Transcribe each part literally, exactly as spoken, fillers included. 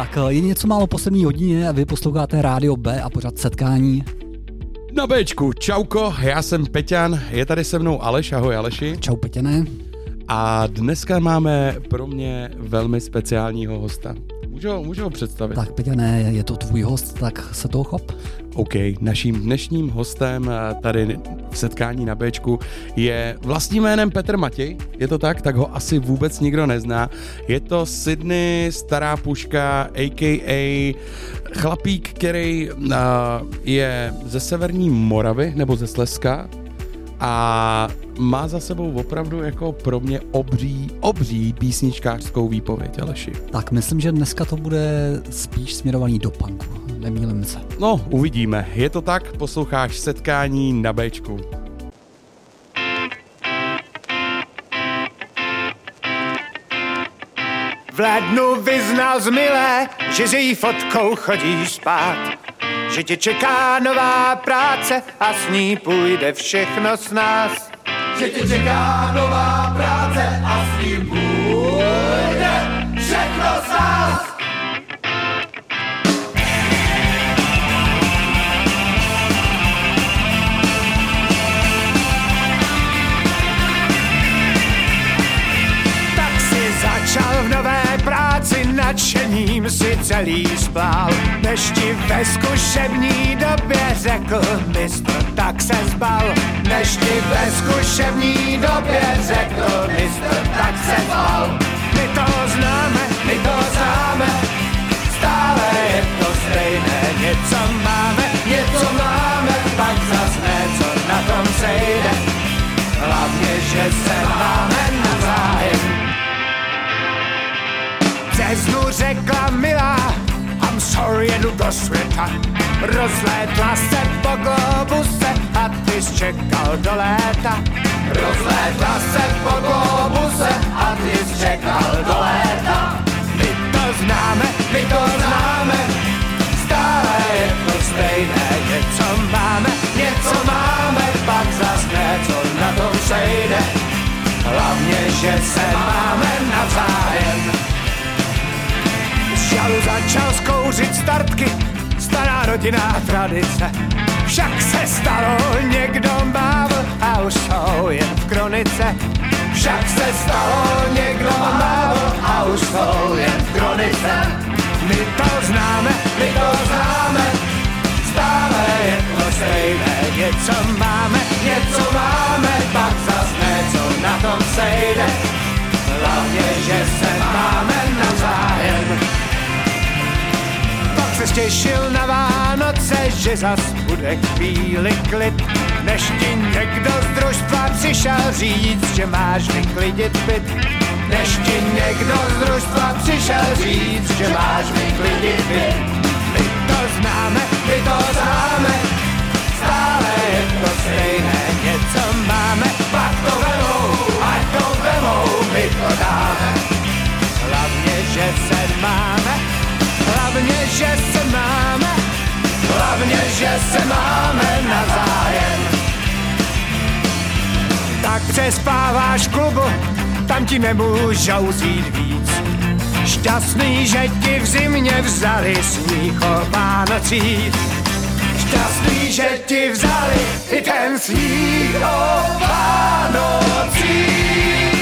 Tak je něco málo po sedmé hodině a vy posloucháte Rádio B a pořád Setkání. Na Bčku, čauko, já jsem Peťan, je tady se mnou Aleš, ahoj Aleši. Čau Peťané. A dneska máme pro mě velmi speciálního hosta. Můžu ho, můžu ho představit? Tak Peťané, je to tvůj host, tak se toho chop. OK, naším dnešním hostem tady v Setkání na Bčku je vlastním jménem Petr Matěj, je to tak? Tak ho asi vůbec nikdo nezná. Je to Sydney Stará puška, a k a chlapík, který uh, je ze severní Moravy nebo ze Slezska a má za sebou opravdu jako pro mě obří, obří písničkářskou výpověď, Aleši. Tak myslím, že dneska to bude spíš směrovaný do punku, nemýlím se. No, uvidíme. Je to tak, posloucháš Setkání na Bčku. V lednu vyznal z milé, že s její fotkou chodíš spát, že tě čeká nová práce a s ní půjde všechno s nás. Že tě čeká nová práce a s ní půjde všechno s nás. Začal v nové práci, nadšením si celý splál, než ti ve zkušební době řekl mistr, tak se zbal. Než ti ve zkušební době řekl mistr, tak se zbal. My to známe, my to známe, stále je to stejné. Něco máme, něco máme, pak zas ne, co na tom sejde. Hlavně, že se máme navzájem. V březnu řekla milá, I'm sorry, jedu do světa. Rozlétla se po globuse a ty jsi čekal do léta. Rozlétla se po globuse a ty jsi čekal do léta. My to známe, my to známe, stále je to stejné. Něco máme, něco máme, pak zas ne, co na tom sejde. Hlavně, že se máme navzájem. Žalu začal zkouřit startky, stará rodinná tradice. Však se stalo, někdo mávl a už jsou jen v kronice. Však se stalo, někdo mávl a už jsou jen v kronice. My to známe, my to známe, stále je to stejné. Něco máme, něco máme, pak zas ne, co na tom sejde. Hlavně, že se máme navzájem. Se stěšil na Vánoce, že zas bude chvíli klid, než ti někdo z družstva přišel říct, že máš vyklidit byt. Než ti někdo z družstva přišel říct, že máš vyklidit byt. My to známe, my to známe, stále je to stejné. Něco máme, pak to vemou, ať to vemou, my to dáme. Hlavně, že se máme, hlavně, že se máme, hlavně, že se máme navzájem. Tak přespáváš v klubu, tam ti nemůžou vzít víc. Šťastný, že ti v zimě vzali sníh o Vánocích. Šťastný, že ti vzali i ten sníh o Vánocích.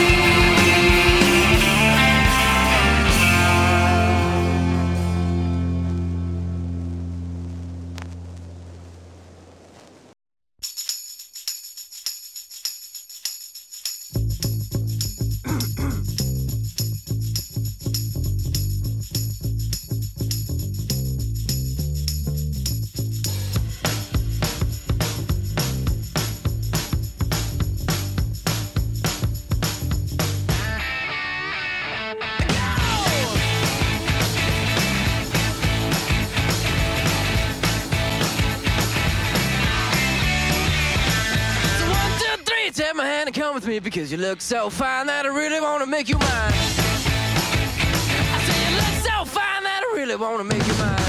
Take my hand and come with me because you look so fine that I really want to make you mine. I say you look so fine that I really want to make you mine.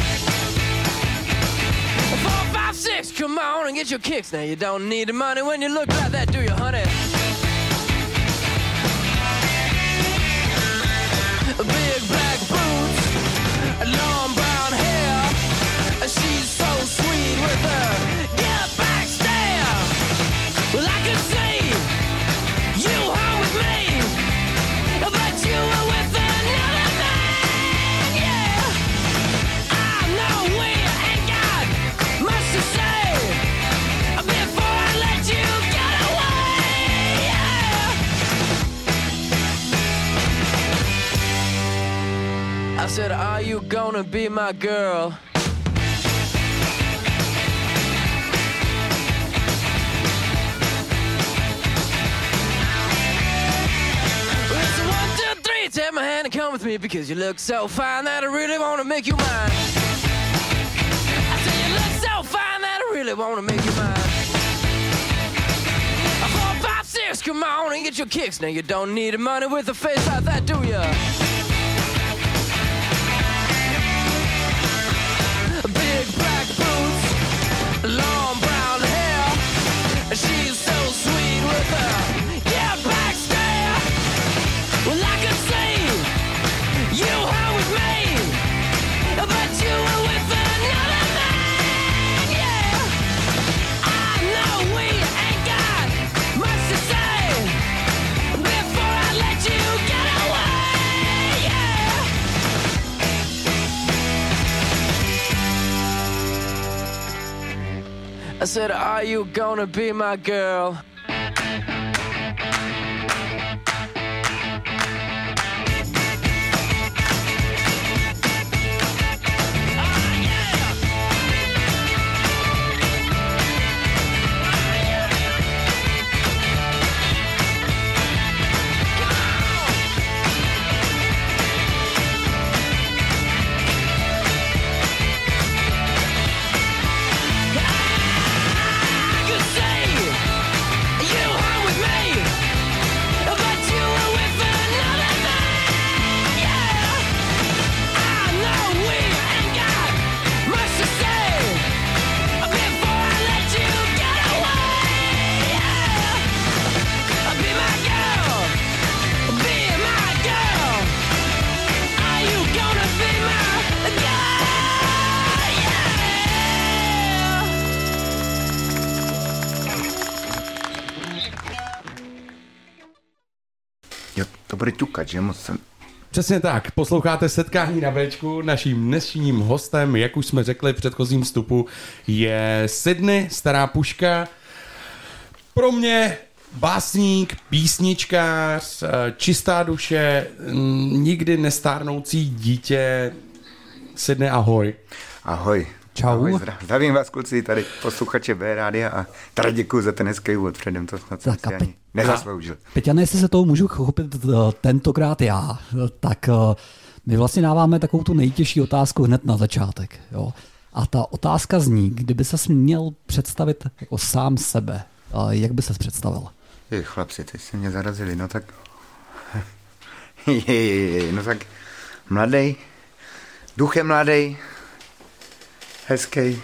Four, five, six, come on and get your kicks. Now you don't need the money when you look like that, do you, honey? Big black boots, long I said, are you gonna be my girl? Listen, one, two, three, take my hand and come with me because you look so fine that I really wanna make you mine. I said, you look so fine that I really wanna make you mine. Four, five, six, come on and get your kicks. Now you don't need money with a face like that, do ya? Big black boots, long brown hair. She's so sweet with her, yeah, back stare. Well, I could see you home with me, but you were with another man, yeah. I know we ain't got much to say before I let you get away, yeah. I said, are you gonna be my girl? Bude ťukat, že moc jsem... Přesně tak, posloucháte Setkání na Béčku, naším dnešním hostem, jak už jsme řekli v předchozím vstupu, je Sydney, Stará puška, pro mě básník, písničkář, čistá duše, nikdy nestárnoucí dítě. Sydney, ahoj. Ahoj. Čau. Ahoj, zdravím vás, kluci, tady posluchače B rádia a tady děkuji za ten hezký úvod předem, to snad jsem si ani nezasloužil. Peťane, jestli se toho můžu chopit tentokrát já, tak my vlastně dáváme takovou tu nejtěžší otázku hned na začátek. Jo? A ta otázka zní, kdyby ses měl představit jako sám sebe, jak by ses představil? Je, chlapci, teď se mě zarazili, no tak... je, je, je, no tak mladej, duchem mladej, hezký,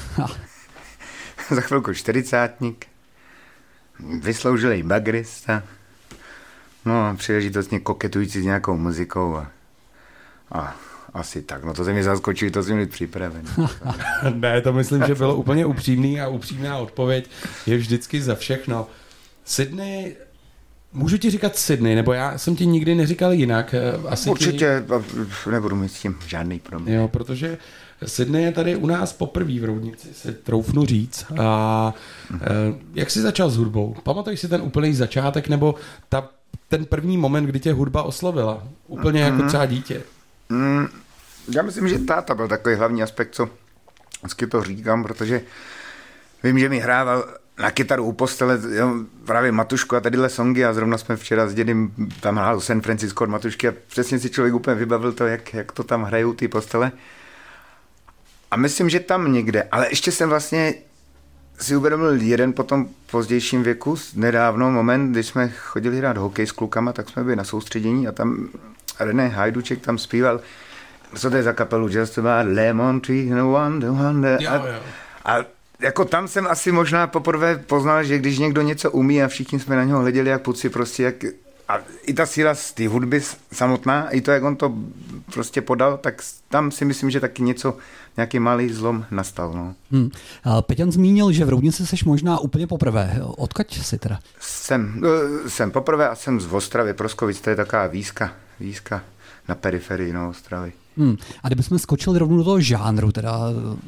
za chvilku čtyřicátník, vysloužilej bagrista, no příležitostně koketující s nějakou muzikou a, a asi tak, no to se mi zaskočí, to jsem měl připravený. Ne, to myslím, že bylo úplně upřímný a upřímná odpověď je vždycky za všechno. Sydney, můžu ti říkat Sydney, nebo já jsem ti nikdy neříkal jinak. Asi Určitě ti... nebudu mít s tím žádný problém. Jo, protože Sydney je tady u nás poprvé v Roudnici, se troufnu říct. A mm-hmm. jak jsi začal s hudbou? Pamatuješ si ten úplný začátek, nebo ta, ten první moment, kdy tě hudba oslovila? Úplně mm-hmm. jako třeba dítě. Mm, já myslím, že táta byl takový hlavní aspekt, co vždycky to říkám, protože vím, že mi hrával na kytaru u postele, jo, právě Matušku a tadyhle songy a zrovna jsme včera s dědem tam hrál San Francisco od Matušky a přesně si člověk úplně vybavil to, jak, jak to tam hrajou ty postele. A myslím, že tam někde, ale ještě jsem vlastně si uvědomil jeden po tom pozdějším věku, nedávno moment, když jsme chodili hrát hokej s klukama, tak jsme byli na soustředění a tam René Hajduček tam zpíval, co to je za kapelu, Just about Lemon Tree, no one, no one. Jo, jo. A, a jako tam jsem asi možná poprvé poznal, že když někdo něco umí a všichni jsme na něho hleděli, jak puci prostě, jak... A i ta síla z té hudby samotná, i to, jak on to prostě podal, tak tam si myslím, že taky něco, nějaký malý zlom nastal. No. Hmm. Peťan zmínil, že v Roudnici seš možná úplně poprvé. Odkud jsi teda? Jsem, jsem poprvé a jsem z Ostravy, Proskovic, to je taková výzka, výzka na periferii no, Ostravy. Hmm. A kdybychom skočili rovnou do toho žánru, teda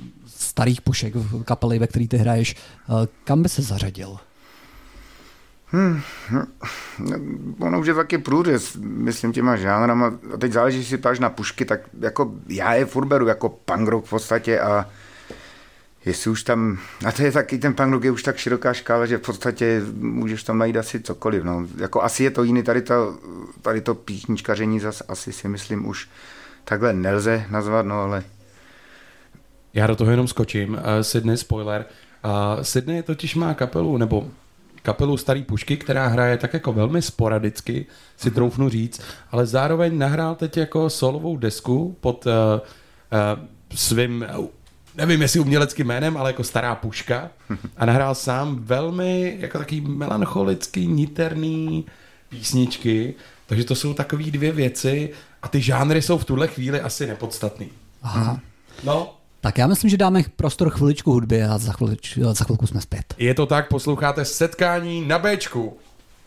starých pušek, kapely, ve který ty hraješ, kam by se zařadil? Hmm, ono už je taky průřez, myslím, těma žánrama. A teď záleží, jestli si ptáš na pušky, tak jako já je furt beru jako punk rock v podstatě a jestli už tam, a to je taky, ten punk rock je už tak široká škála, že v podstatě můžeš tam najít asi cokoliv, no. Jako asi je to jiný, tady, ta, tady to písničkaření zas asi si myslím už takhle nelze nazvat, no ale... Já do toho jenom skočím, uh, Sydney, spoiler. Uh, Sydney totiž má kapelu, nebo kapelu Starý pušky, která hraje tak jako velmi sporadicky, si troufnu říct, ale zároveň nahrál teď jako solovou desku pod uh, uh, svým, uh, nevím jestli uměleckým jménem, ale jako Stará puška a nahrál sám velmi jako takový melancholický, niterný písničky, takže to jsou takové dvě věci a ty žánry jsou v tuhle chvíli asi nepodstatný. Aha. No, tak já myslím, že dáme prostor chviličku hudby a za, chvilič, za chvilku jsme zpět. je to tak, posloucháte Setkání na Béčku.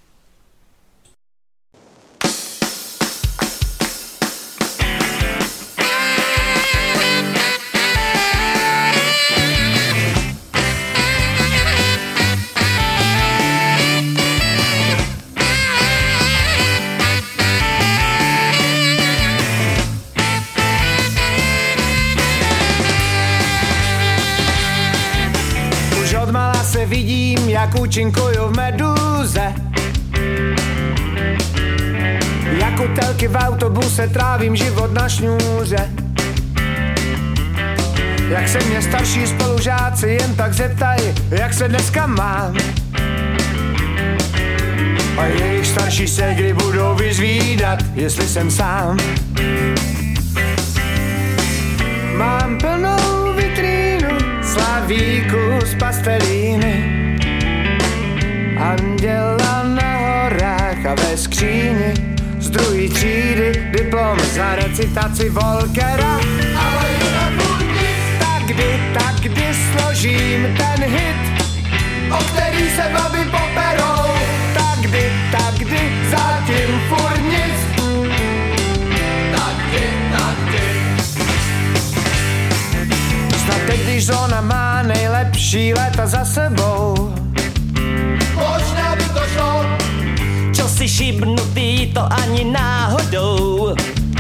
Vidím, jak účinkuju v meduze. Jak u telky v autobuse trávím život na šňůře. Jak se mě starší spolužáci jen tak zeptají, jak se dneska mám. A jejich starší se kdy budou vyzvídat, jestli jsem sám. Mám plnou vitrínu slavíku z pastelíny, anděla na horách a ve skříni z druhý třídy diplom za recitaci Volkera. Ale jinak nic. Tak kdy, tak kdy složím ten hit, o který se babi poperou. Tak kdy, tak kdy, zatím furt nic. Tak kdy, tak kdy. Snad teď, když zóna má nejlepší léta za sebou, možná by to šlo. Čo si šibnutý, to ani náhodou.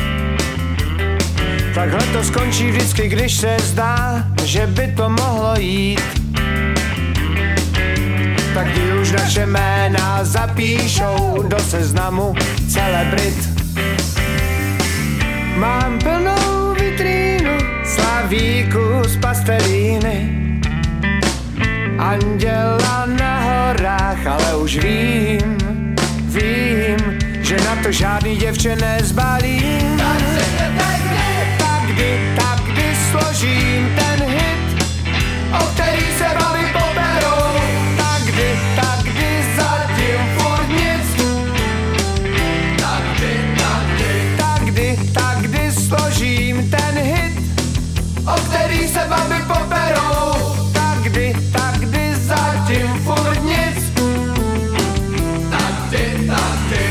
Takhle to skončí vždycky, když se zdá, že by to mohlo jít. Tak kdy už naše jména zapíšou do seznamu celebrit. Mám plnou vitrínu slavíku z pastelíny, anděla na horách, ale už vím, vím, že na to žádný děvče nezbalím. Tak se tak kdy, tak kdy, tak kdy složím ten hit, o který se babi poberou. Tak kdy, tak kdy, zatím furt nic. Tak kdy, tak kdy, tak kdy, tak kdy složím ten hit, o který se babi poberou. Tak kdy, tak kdy, zatím furt nic. Tak kdy, tak kdy.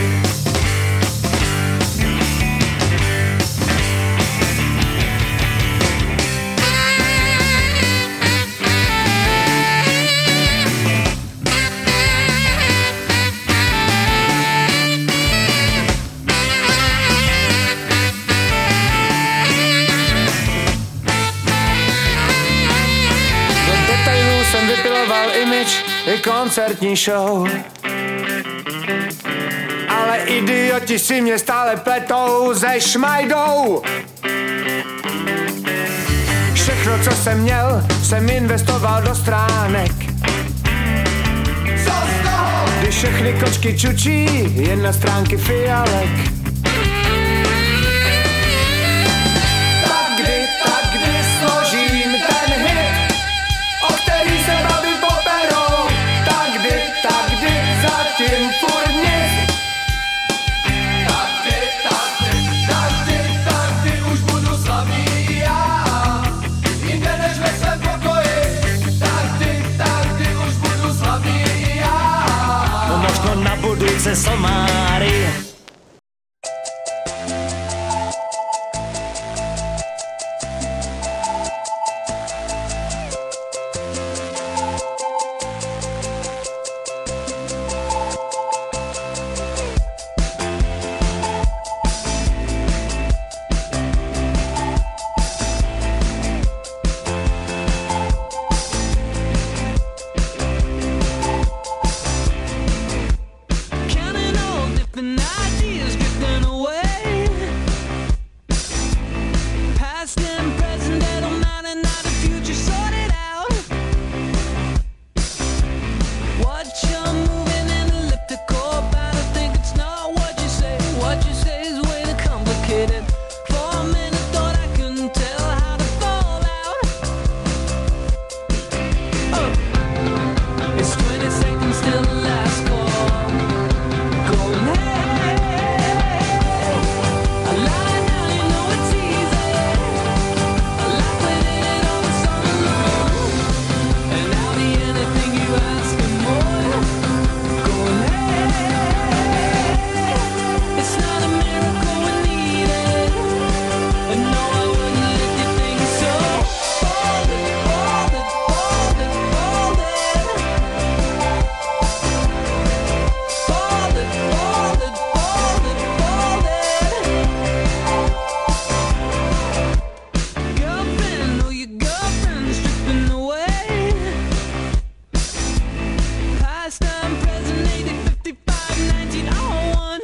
Jsem vypiloval image i koncertní show, ale idioti si mě stále pletou ze šmajdou. Všechno, co jsem měl, jsem investoval do stránek. Co z toho? Když všechny kočky čučí jen na stránky fialek. Tak kdy, tak kdy složím ten hit, o který se babi poperou. Tak kdy, tak kdy, zatím furt nic. Tak kdy, tak kdy, tak kdy, tak kdy už budu slavný já, jinde než ve svém pokoji. Tak kdy, tak kdy už budu slavný já. No možno na budúce somári waited for a minute, thought I couldn't tell how to fall out. Oh, it's twenty seconds till the last call. Going hey, I lie down, you know it's easy. I like when it all is on alone, and I'll be anything you ask and more. Going hey, it's not a miracle we need it, and no, I wouldn't let you think so. Fold it, fold it, fold it, fold it. Fold it, fold it, fold it, fold it. Girlfriend, oh your girlfriend's stripping away. Past time, present, eighty, fifty-five, nineteen oh one.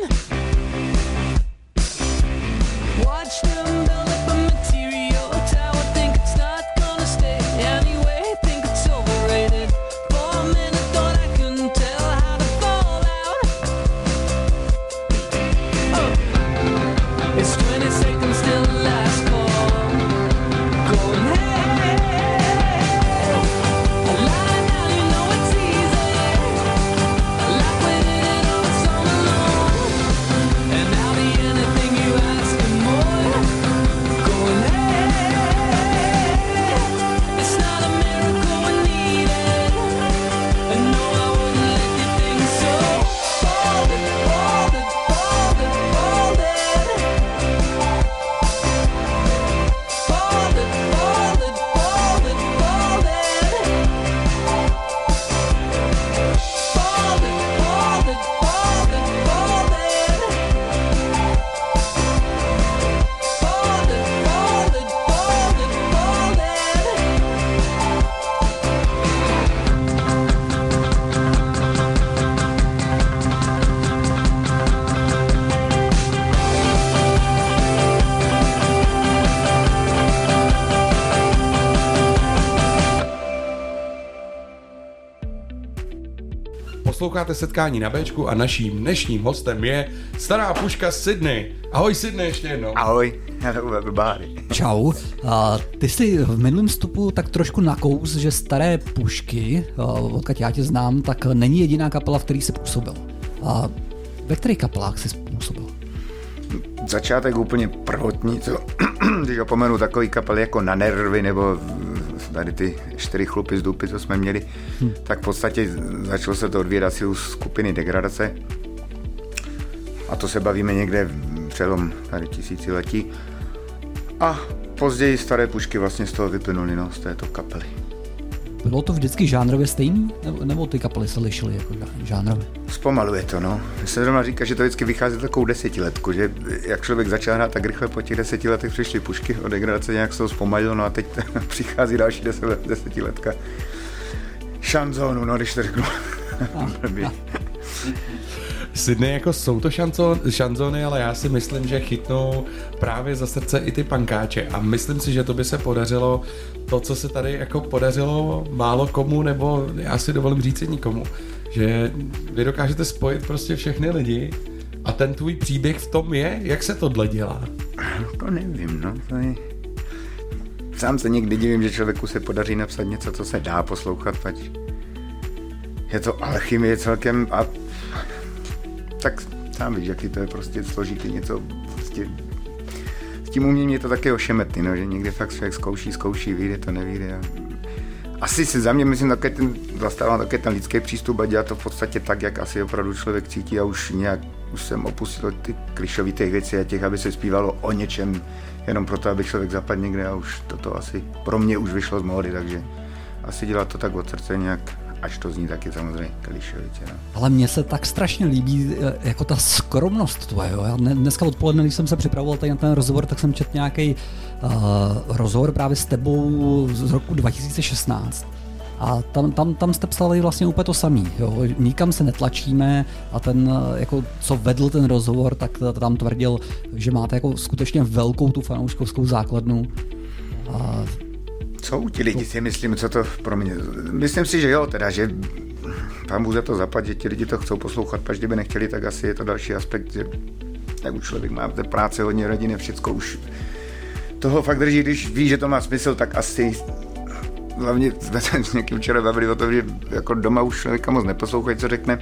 Watch them build up a material tower, think it's not gonna stay. Anyway, think it's overrated. For a minute, thought I couldn't tell how to fall out. Oh, it's twenty seconds till the last call. Going hey, I lie down, you know it's easy. I like when it all is on alone, and I'll be anything you ask and more. Going hey, it's not a miracle we need it, and no, I wouldn't let you think so. Fold it, fold it, fold it, fold it. Fold it, fold it, fold it, fold it. Fold it, fold it, fold it, fold it. Fold it, fold it, fold it, fold it. Posloucháte Setkání na Béčku a naším dnešním hostem je stará puška z Sydney. Ahoj Sydney ještě jednou. Ahoj, hello everybody. Čau. A ty jsi v minulém vstupu tak trošku nakous, že staré pušky, odkud já tě znám, tak není jediná kapela, v který jsi působil. A ve kterých kapelách jsi působil? Začátek úplně prvotní, co když opomenu takový kapely jako Na nervy nebo tady ty čtyři chlupy z Dupy, co jsme měli, hmm. tak v podstatě začalo se to odvíjet asi u skupiny Degradace. A to se bavíme někde přelom tady tisíciletí. A později staré pušky vlastně z toho vyplynuly, no, z této kapely. Bylo to vždycky žánrově stejný? Nebo, nebo ty kapely se lišily jako žánrově? Zpomaluje to, no. Mně se zrovna říká, že to vždycky vychází takovou desetiletku, že jak člověk začal hrát tak rychle, po těch deseti letech přišly pušky, od Degradace nějak se to zpomalilo, no a teď přichází další deset, desetiletka. Šanzónu, no, když to řeknu. Sydney, jako jsou to šanzo, šanzony, ale já si myslím, že chytnou právě za srdce i ty pankáče a myslím si, že to by se podařilo to, co se tady jako podařilo málo komu, nebo já si dovolím říct nikomu, že vy dokážete spojit prostě všechny lidi a ten tvůj příběh v tom je, jak se tohle dělá. To nevím, no, to je... Sám se někdy divím, že člověku se podaří napsat něco, co se dá poslouchat, ať je to alchymie celkem a tak sám víš, jaký to je prostě složitý něco, prostě s tím uměním je to také ošemetný, no, že někde fakt člověk zkouší, zkouší, vyjde to, nevyjde. A... Asi si za mě, myslím, také ten, zastávám také ten lidský přístup a dělat to v podstatě tak, jak asi opravdu člověk cítí a už nějak, už jsem opustil ty klišovité věci a těch, aby se zpívalo o něčem, jenom proto, aby člověk zapadl někde a už toto asi pro mě už vyšlo z módy, takže asi dělat to tak od srdce nějak, až to zní taky samozřejmě klišovitě. No. Ale mně se tak strašně líbí jako ta skromnost tvoje. Jo? Já dneska odpoledne, když jsem se připravoval tady na ten rozhovor, tak jsem četl nějaký uh, rozhovor právě s tebou z roku dva tisíce šestnáct. A tam, tam, tam jste psali vlastně úplně to samý. Jo? Nikam se netlačíme a ten, jako, co vedl ten rozhovor, tak tam tvrdil, že máte jako skutečně velkou tu fanouškovskou základnu. A jsou ti lidi, si myslím, co to pro mě... Myslím si, že jo, teda, že pán Bůh za to zapad, že ti lidi to chcou poslouchat, pač kdyby nechtěli, tak asi je to další aspekt, že jak už člověk má té práce hodně rodiny, všecko už toho fakt drží, když ví, že to má smysl, tak asi hlavně jsme se s někým včera bavili o tom, že jako doma už člověka moc neposlouchají, co řekne.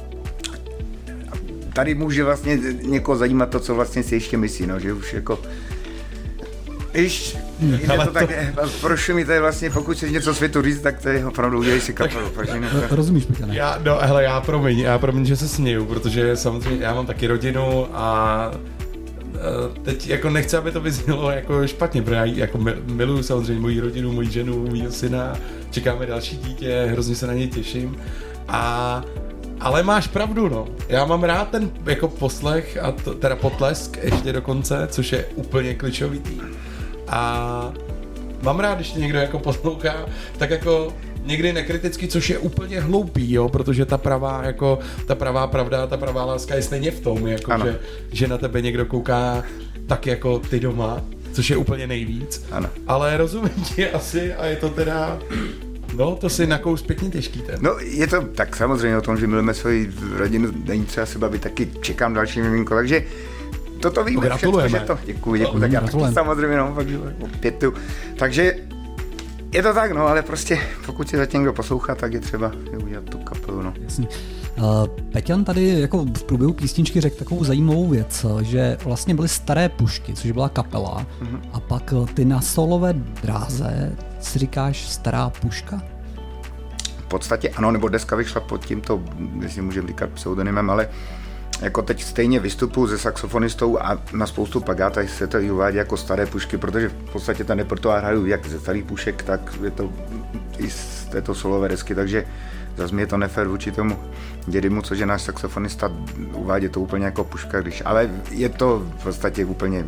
Tady může vlastně někoho zajímat to, co vlastně si ještě myslí, no, že už jako Víš, jde to, to tak, prošli mi tady vlastně, pokud si něco světu říct, tak to je opravdu udělej si kapelu. To... Rozumíš, Peťane? Já, no, hele, já promiň, já promiň, že se směju, protože samozřejmě já mám taky rodinu a teď jako nechci, aby to vyznělo jako špatně, protože já jako miluju samozřejmě moji rodinu, moji ženu, mýho syna, čekáme další dítě, hrozně se na něj těším a ale máš pravdu, no. Já mám rád ten jako poslech, a to, teda potlesk ještě dokonce, což je úplně klíčový tým. A mám rád, když tě někdo jako poslouchá, tak jako někdy nekriticky, což je úplně hloupý, jo, protože ta pravá, jako, ta pravá pravda, ta pravá láska je stejně v tom, jako že, že na tebe někdo kouká tak jako ty doma, což je úplně nejvíc. Ano. Ale rozumím ti asi a je to teda... No, to si nakous pěkně těžký ten. No, je to tak samozřejmě o tom, že milujeme svoji rodinu, není třeba se bavit, taky čekám další miminko, takže toto víme to všechno, že to, děkuji, děkuji, no, tak já taky samozřejmě, no, fakt, že opětu. Takže je to tak, no, ale prostě pokud si zatím někdo poslouchá, tak je třeba udělat tu kapelu, no. Jasně. Uh, Peťan tady jako v průběhu písničky řekl takovou zajímavou věc, že vlastně byly Staré pušky, což byla kapela, mm-hmm. a pak ty na solové dráze si říkáš Stará puška? V podstatě ano, nebo deska vyšla pod tímto, jestli můžeme říkat pseudonymem, ale jako teď stejně vystupuju se saxofonistou a na spoustu plakátů se to i uvádí jako Staré pušky, protože v podstatě ten repertoár hraju jak ze starých pušek, tak je to i z této solové desky, takže zase mi je to nefér vůči tomu dědymu, což je náš saxofonista, uvádí to úplně jako puška, když, ale je to v podstatě úplně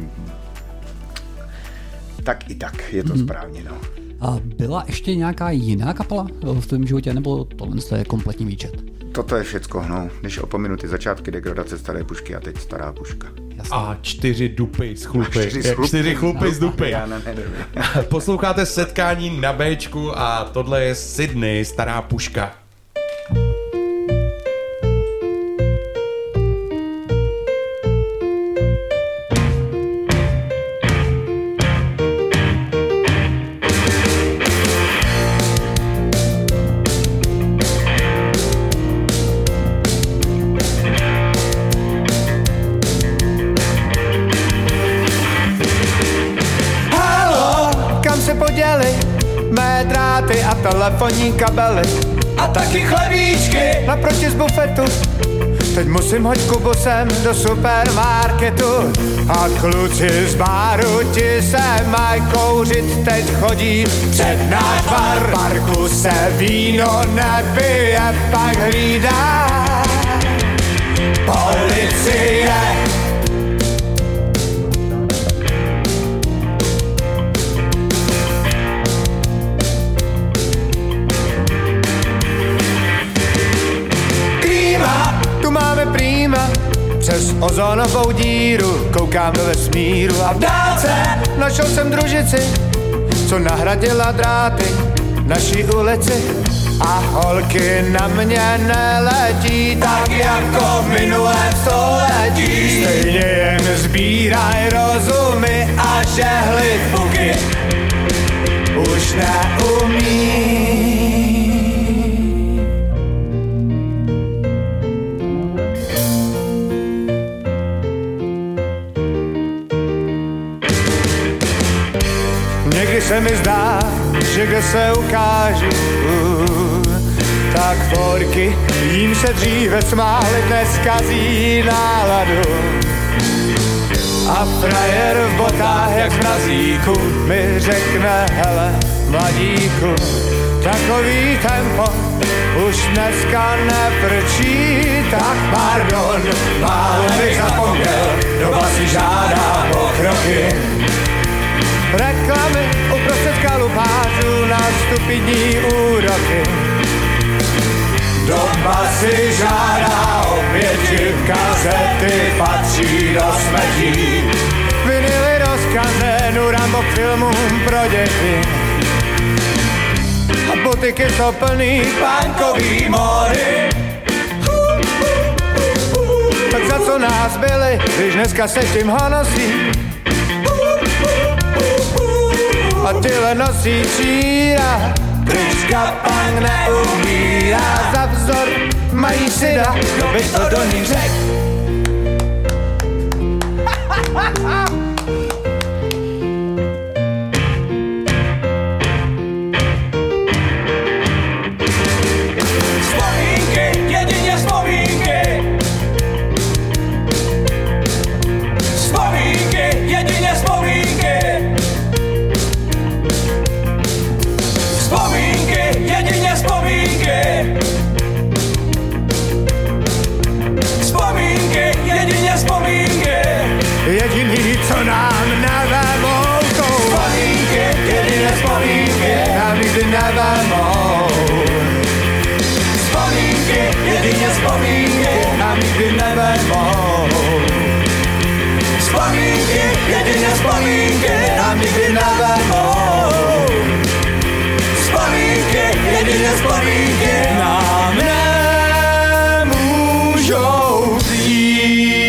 tak i tak, je to mm. správně, no. A byla ještě nějaká jiná kapela v tvém životě, nebo tohle je kompletní výčet? Toto je všecko, no, než opominu ty začátky degradace Staré pušky a teď Stará puška. Jasně. A čtyři dupy z chlupy. A čtyři, chlupy. čtyři chlupy no, z dupy. Já ne, ne, ne. Posloucháte Setkání na Béčku a tohle je Sydney, Stará puška. Telefonní kabely a taky chlebíčky naproti z bufetu. Teď musím hoď kubusem do supermarketu a kluci z baru ti se maj kouřit, teď chodí před náš bar. V parku se víno nepije, pak hlídá policie. Přes ozonovou díru koukám do vesmíru a v dálce našel jsem družici, co nahradila dráty naší ulici. A holky na mě neletí tak jako v minulém století. Stejně jen sbíraj rozumy a žehlit buky už neumí. Se mi zdá, že kde se ukážu, tak forky jím se dříve smáli, dnes kazí náladu. A frajer v botách jak v nazíku mi řekne, hele mladíku, takový tempo už dneska neprčí, tak pardon, málo bych zapomněl, doba si žádá pokroky. Reklamy uprostřed kalupářů na stupidní úroky. Doba si žádá opět, kazety patří do smetí. Vinily rozkazenu Rambo filmům pro děti. A butiky jsou plný punkový módy. Tak na co nás byli, když dneska se tím honosí. A tyhle nosí číra, když kapang neumírá. Za vzor mají syda, kdo by to do nich řek. Vzpomínky, jedině vzpomínky. Vzpomínky, jedině vzpomínky. Vzpomínky, jedině vzpomínky. Vzpomínky, jedině vzpomínky. Jediný, co nám nevemou, Vzpomínky, jedině vzpomínky. nám nikdy nevemou. Vzpomínky, jedině vzpomínky. Nám nikdy nevemou. Vzpomínky, jedině vzpomínky. Nám nikdy nevemou. Vzpomínky, jedině vzpomínky. Nám nemůžou vzít.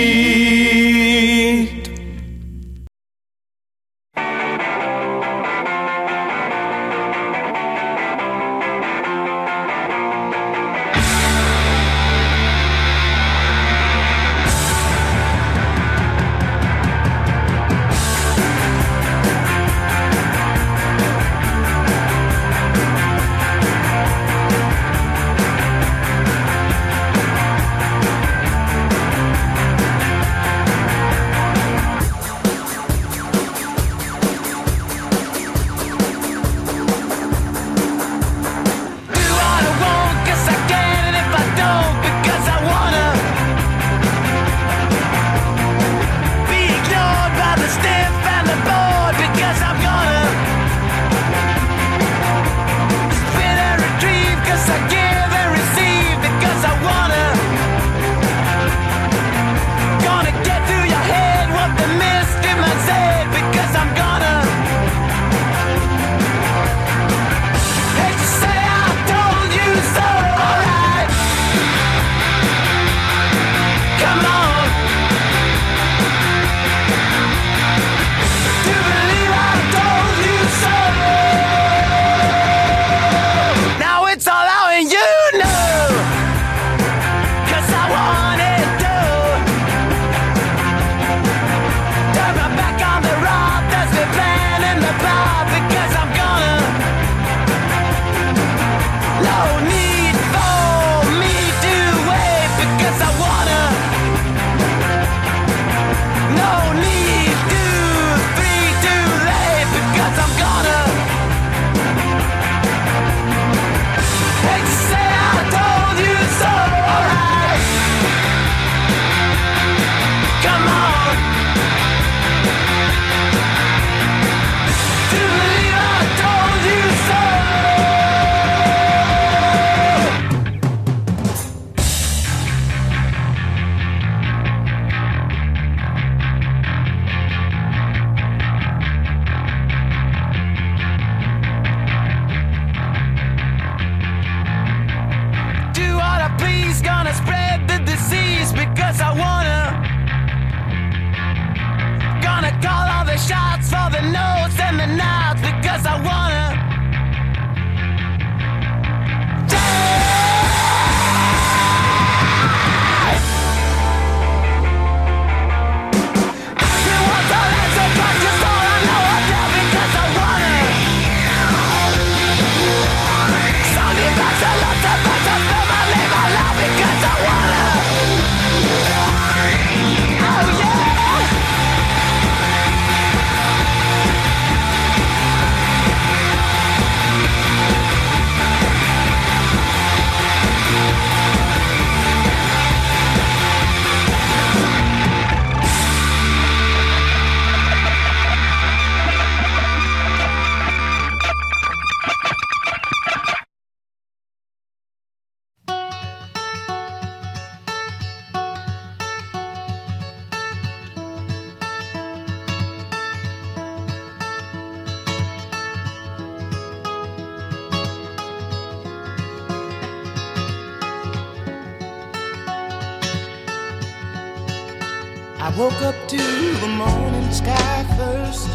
I woke up to the morning sky first.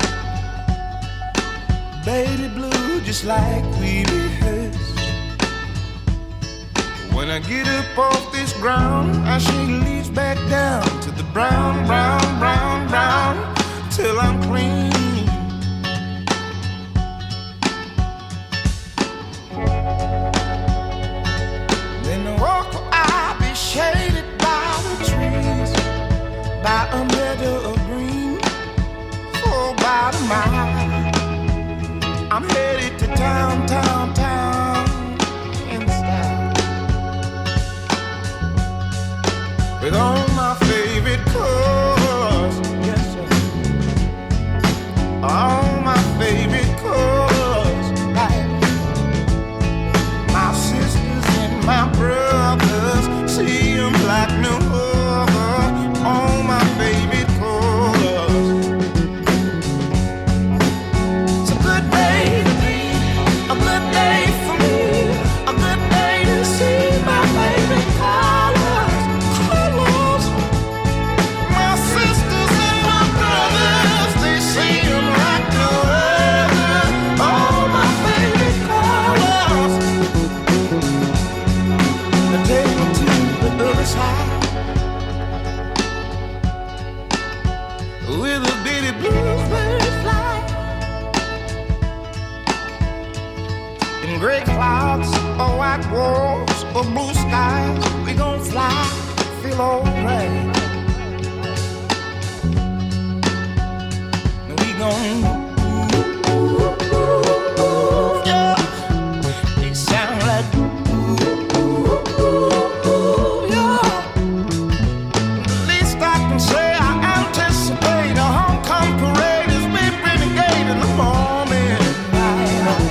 Baby blue, just like we rehearsed. When I get up off this ground, I shake leaves back down to the brown, brown, brown, brown, till I'm clean. Then the walk I'll be shaded by the trees, by a meadow of green, for about a mile. I'm headed to town, town, town, in style, with all my favorite colors, yes sir, all my favorite colors, like my sisters and my brothers, see them like no other, all my favorite colors. It's a good day to be, a good day for me, a good day to see my favorite colors, colors. My sisters and my brothers, they see them like no other, all my favorite colors. Now take me to the other side, with a bitty bluebird fly. In gray clouds or white walls or blue skies, we gon' fly, feel alright. We gon' ooh, ooh, ooh, ooh, yeah. They sound like ooh, ooh, ooh, ooh, yeah. The least I can say, I anticipate a homecoming parade as we renegade in the morning light.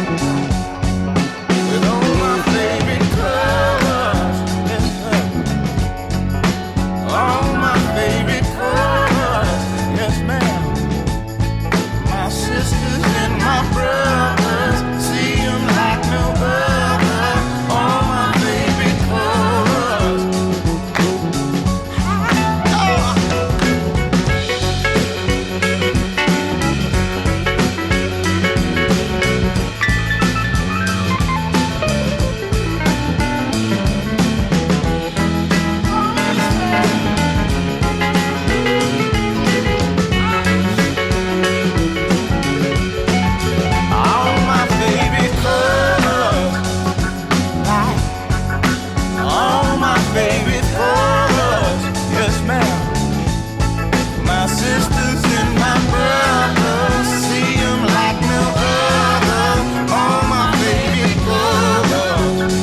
With all my favorite colors, yes sir, all my favorite colors, yes ma'am. My sisters and my brothers, see them like no other, all my favorite colors. Oh. All my favorite colors, like all my favorite colors, yes ma'am. My sisters and my brothers, see them like no other, all my favorite colors.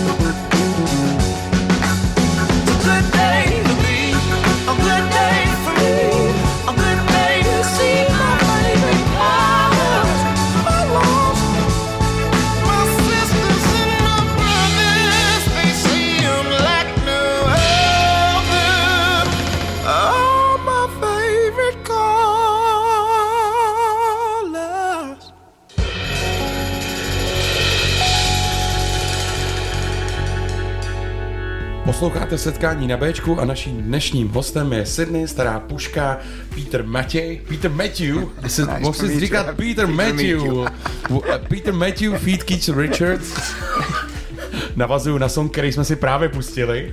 It's a good day to be, a good day for me, a good day to see my favorite colors, colors. My sisters and my brothers, they see them like no other, all my favorite colors. Posloucháte Setkání na Béčku a naším dnešním hostem je Sydney, stará puška, Peter Matěj. Peter Matthew, se, Nice mohl to jsi meet říkat you. Peter Peter Matthew. Matthew. Peter Matthew, feat. Keith Richards. Navazuju na song, který jsme si právě pustili.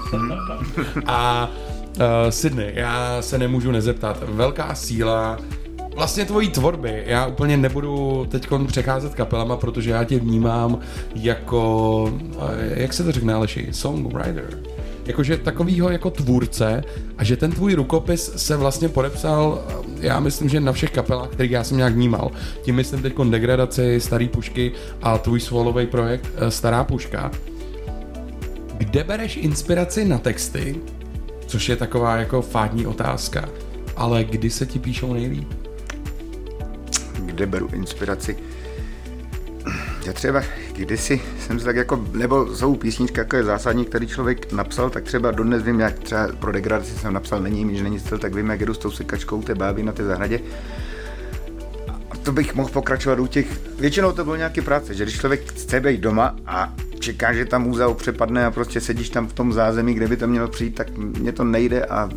A uh, Sydney, já se nemůžu nezeptat. Velká síla vlastně tvojí tvorby. Já úplně nebudu teď přecházet kapelama, protože já tě vnímám jako, uh, jak se to řekne, Aleši, songwriter. Jakože takovýho jako tvůrce a že ten tvůj rukopis se vlastně podepsal, já myslím, že na všech kapelách, kterých já jsem nějak vnímal. Tím myslím teď Degradaci, Starý pušky a tvůj solový projekt Stará puška. Kde bereš inspiraci na texty, což je taková jako fádní otázka, ale kdy se ti píšou nejlíp? Kde beru inspiraci? Já třeba kdysi jsem si tak jako, nebo jsou písničky, jako je zásadní, který člověk napsal, tak třeba dodnes vím, jak třeba pro Degradaci jsem napsal Není mi, že není styl, tak vím, jak jedu s tou sekačkou té báby na té zahradě. A to bych mohl pokračovat u těch, většinou to bylo nějaký práce, že když člověk chce být doma a čeká, že tam úza přepadne a prostě sedíš tam v tom zázemí, kde by to mělo přijít, tak mně to nejde a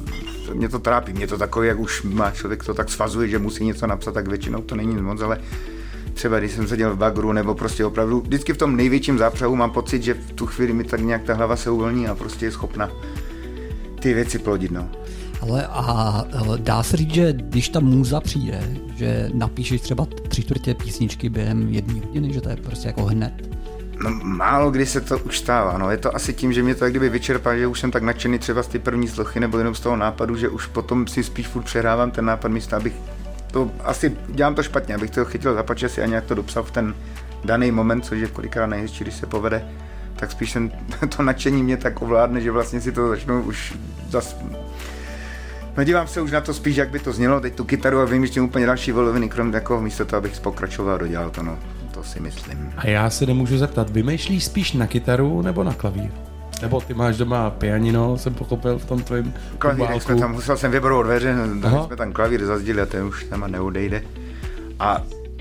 mě to trápí, mě to takové, jak už má člověk to tak svazuje, že musí něco napsat, tak většinou to není moc, ale třeba když jsem seděl v bagru, nebo prostě opravdu, vždycky v tom největším zápřahu mám pocit, že v tu chvíli mi tak nějak ta hlava se uvolní a prostě je schopna ty věci plodit, no. Ale a dá se říct, že když ta můza přijde, že napíšeš třeba tři čtvrtě písničky během jedné hodiny, že to je prostě jako hned? No málo kdy se to už stává, no je to asi tím, že mě to jak kdyby vyčerpá, že už jsem tak nadšený třeba z ty první slochy nebo jenom z toho nápadu, že už potom si spíš furt přehrávám ten nápad místo, abych to, asi dělám to špatně, abych to chytil za pačesy a nějak to dopsal v ten daný moment, což je kolikrát nejhezčí, když se povede, tak spíš jsem, to nadšení mě tak ovládne, že vlastně si to začnu už zas... No dívám se už na to spíš, jak by to znělo, teď tu kytaru a vymýšlím úplně další voloviny, krom jako místo toho, abych pokračoval a dodělal to, no, to si myslím. A já se nemůžu zeptat, vymýšlíš spíš na kytaru nebo na klavír? Nebo ty máš doma pianino, jsem pochopil v tom tvém klavír, jsme tam, musel jsem vyboru dveře, dali jsme tam klavír zazdili a ten už tam neodejde. A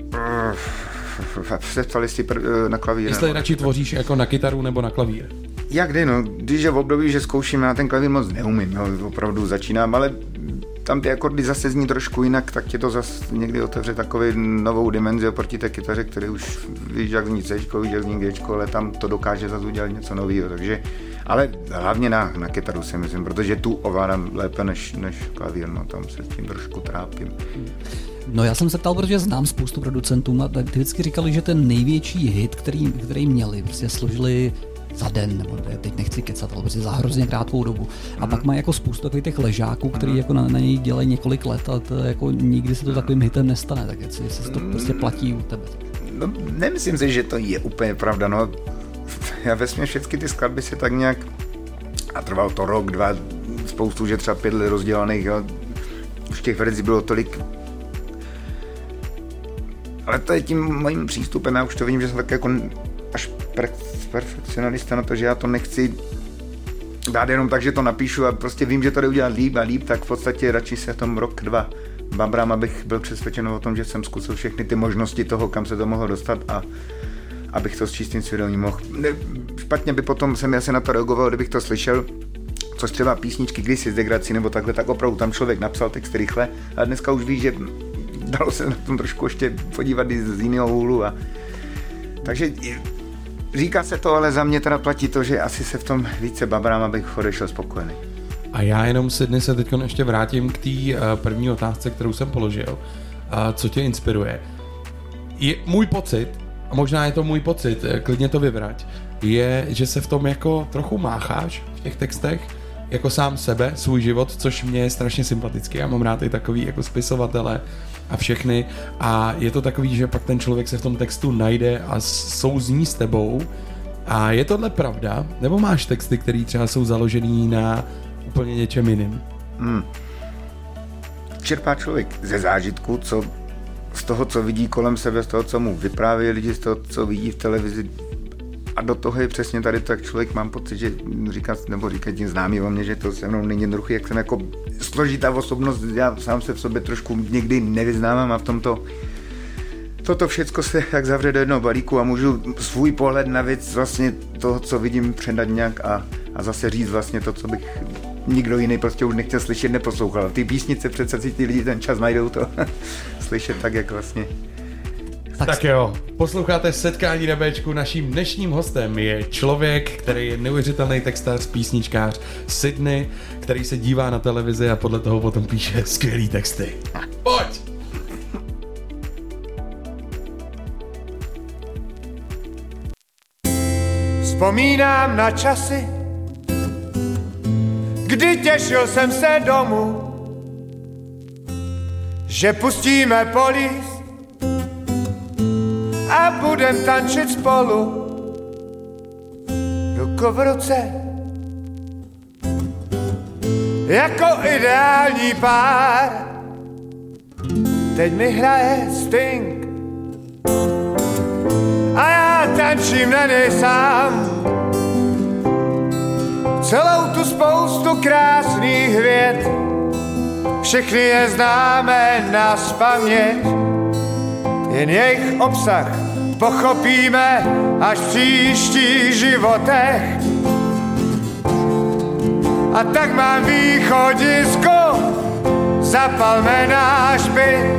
přestali si pr- na klavír. Jestli radši tvoříš jako na kytaru nebo na klavír? Jak kdy, no, když je v období, že zkouším, já ten klavír moc neumím, no, opravdu začínám, ale tam ty akordy zase zní trošku jinak, tak tě to zase někdy otevře takovou novou dimenzi oproti té kytaře, který už víš, jak zní C, víš, jak zní G, ale tam to dokáže zase udělat něco nového, takže, ale hlavně na, na kytaru si myslím, protože tu ovládám lépe než, než klavír, no, tam se s tím trošku trápím. No já jsem se ptal, protože znám spoustu producentů a ty vždycky říkali, že ten největší hit, který, který měli, prostě složili za den, nebo teď nechci kecat, ale prostě za hrozně krátkou dobu. A mm. pak mají jako spoustu takových těch ležáků, který mm. jako na, na něj dělají několik let a to jako nikdy se to takovým hitem nestane, tak jestli se to prostě platí u tebe. No, nemyslím si, že to je úplně pravda, no. Já vesmě všechny ty skladby si tak nějak, a trvalo to rok, dva, spoustu, že třeba pět let rozdělaných, jo. Už těch verzí bylo tolik. Ale to je tím mojím přístupem, já už to vidím, že jsem tak jako až perfekcionalista na to, že já to nechci dát jenom tak, že to napíšu a prostě vím, že to jde udělat líp a líp, tak v podstatě radši se v tom rok, dva babrám, abych byl přesvědčen o tom, že jsem zkusil všechny ty možnosti toho, kam se to mohlo dostat a abych to s čistým svědomím mohl. Ne, špatně by potom jsem asi na to reagoval, kdybych to slyšel, což třeba písničky kdysi z degrací nebo takhle, tak opravdu tam člověk napsal text rychle a dneska už ví, že dalo se na tom trošku ještě podívat i z jiného úhlu a takže říká se to, ale za mě teda platí to, že asi se v tom více babrám, abych odešel spokojený. A já jenom si dnes se teď ještě vrátím k té uh, první otázce, kterou jsem položil. Uh, co tě inspiruje? Je, můj pocit, a možná je to můj pocit, klidně to vyvrať, je, že se v tom jako trochu mácháš v těch textech, jako sám sebe, svůj život, což mě je strašně sympatický. Já mám rád i takový jako spisovatele a všechny a je to takový, že pak ten člověk se v tom textu najde a souzní s tebou. A je tohle pravda? Nebo máš texty, které třeba jsou založený na úplně něčem jiným? Hmm. Čerpá člověk ze zážitku, co z toho, co vidí kolem sebe, z toho, co mu vypráví lidi, z toho, co vidí v televizi. A do toho je přesně tady tak člověk, mám pocit, že říká, nebo říká tím známý o mě, že to se mnou není jednoduchý, jak jsem jako složitá osobnost, já sám se v sobě trošku někdy nevyznávám a v tomto toto všecko se jak zavře do jednoho balíku a můžu svůj pohled na věc vlastně toho, co vidím, předat nějak a, a zase říct vlastně to, co bych nikdo jiný prostě už nechtěl slyšet, neposlouchal. Ty písnice přece si ty lidi ten čas najdou to slyšet tak, jak vlastně. Tak, tak jo, posloucháte Setkání na Béčku, naším dnešním hostem je člověk, který je neuvěřitelný textař, písničkář Sydney, který se dívá na televizi a podle toho potom píše skvělý texty. Pojď! Vzpomínám na časy, kdy těšil jsem se domů, že pustíme políz a budem tančit spolu, ruku v ruce, jako ideální pár. Teď mi hraje Sting a já tančím na něj sám. Celou tu spoustu krásných hvět, všechny je známe nazpaměť, jen jejich obsah pochopíme až v příštích životech. A tak mám východisko zapalme náš byt,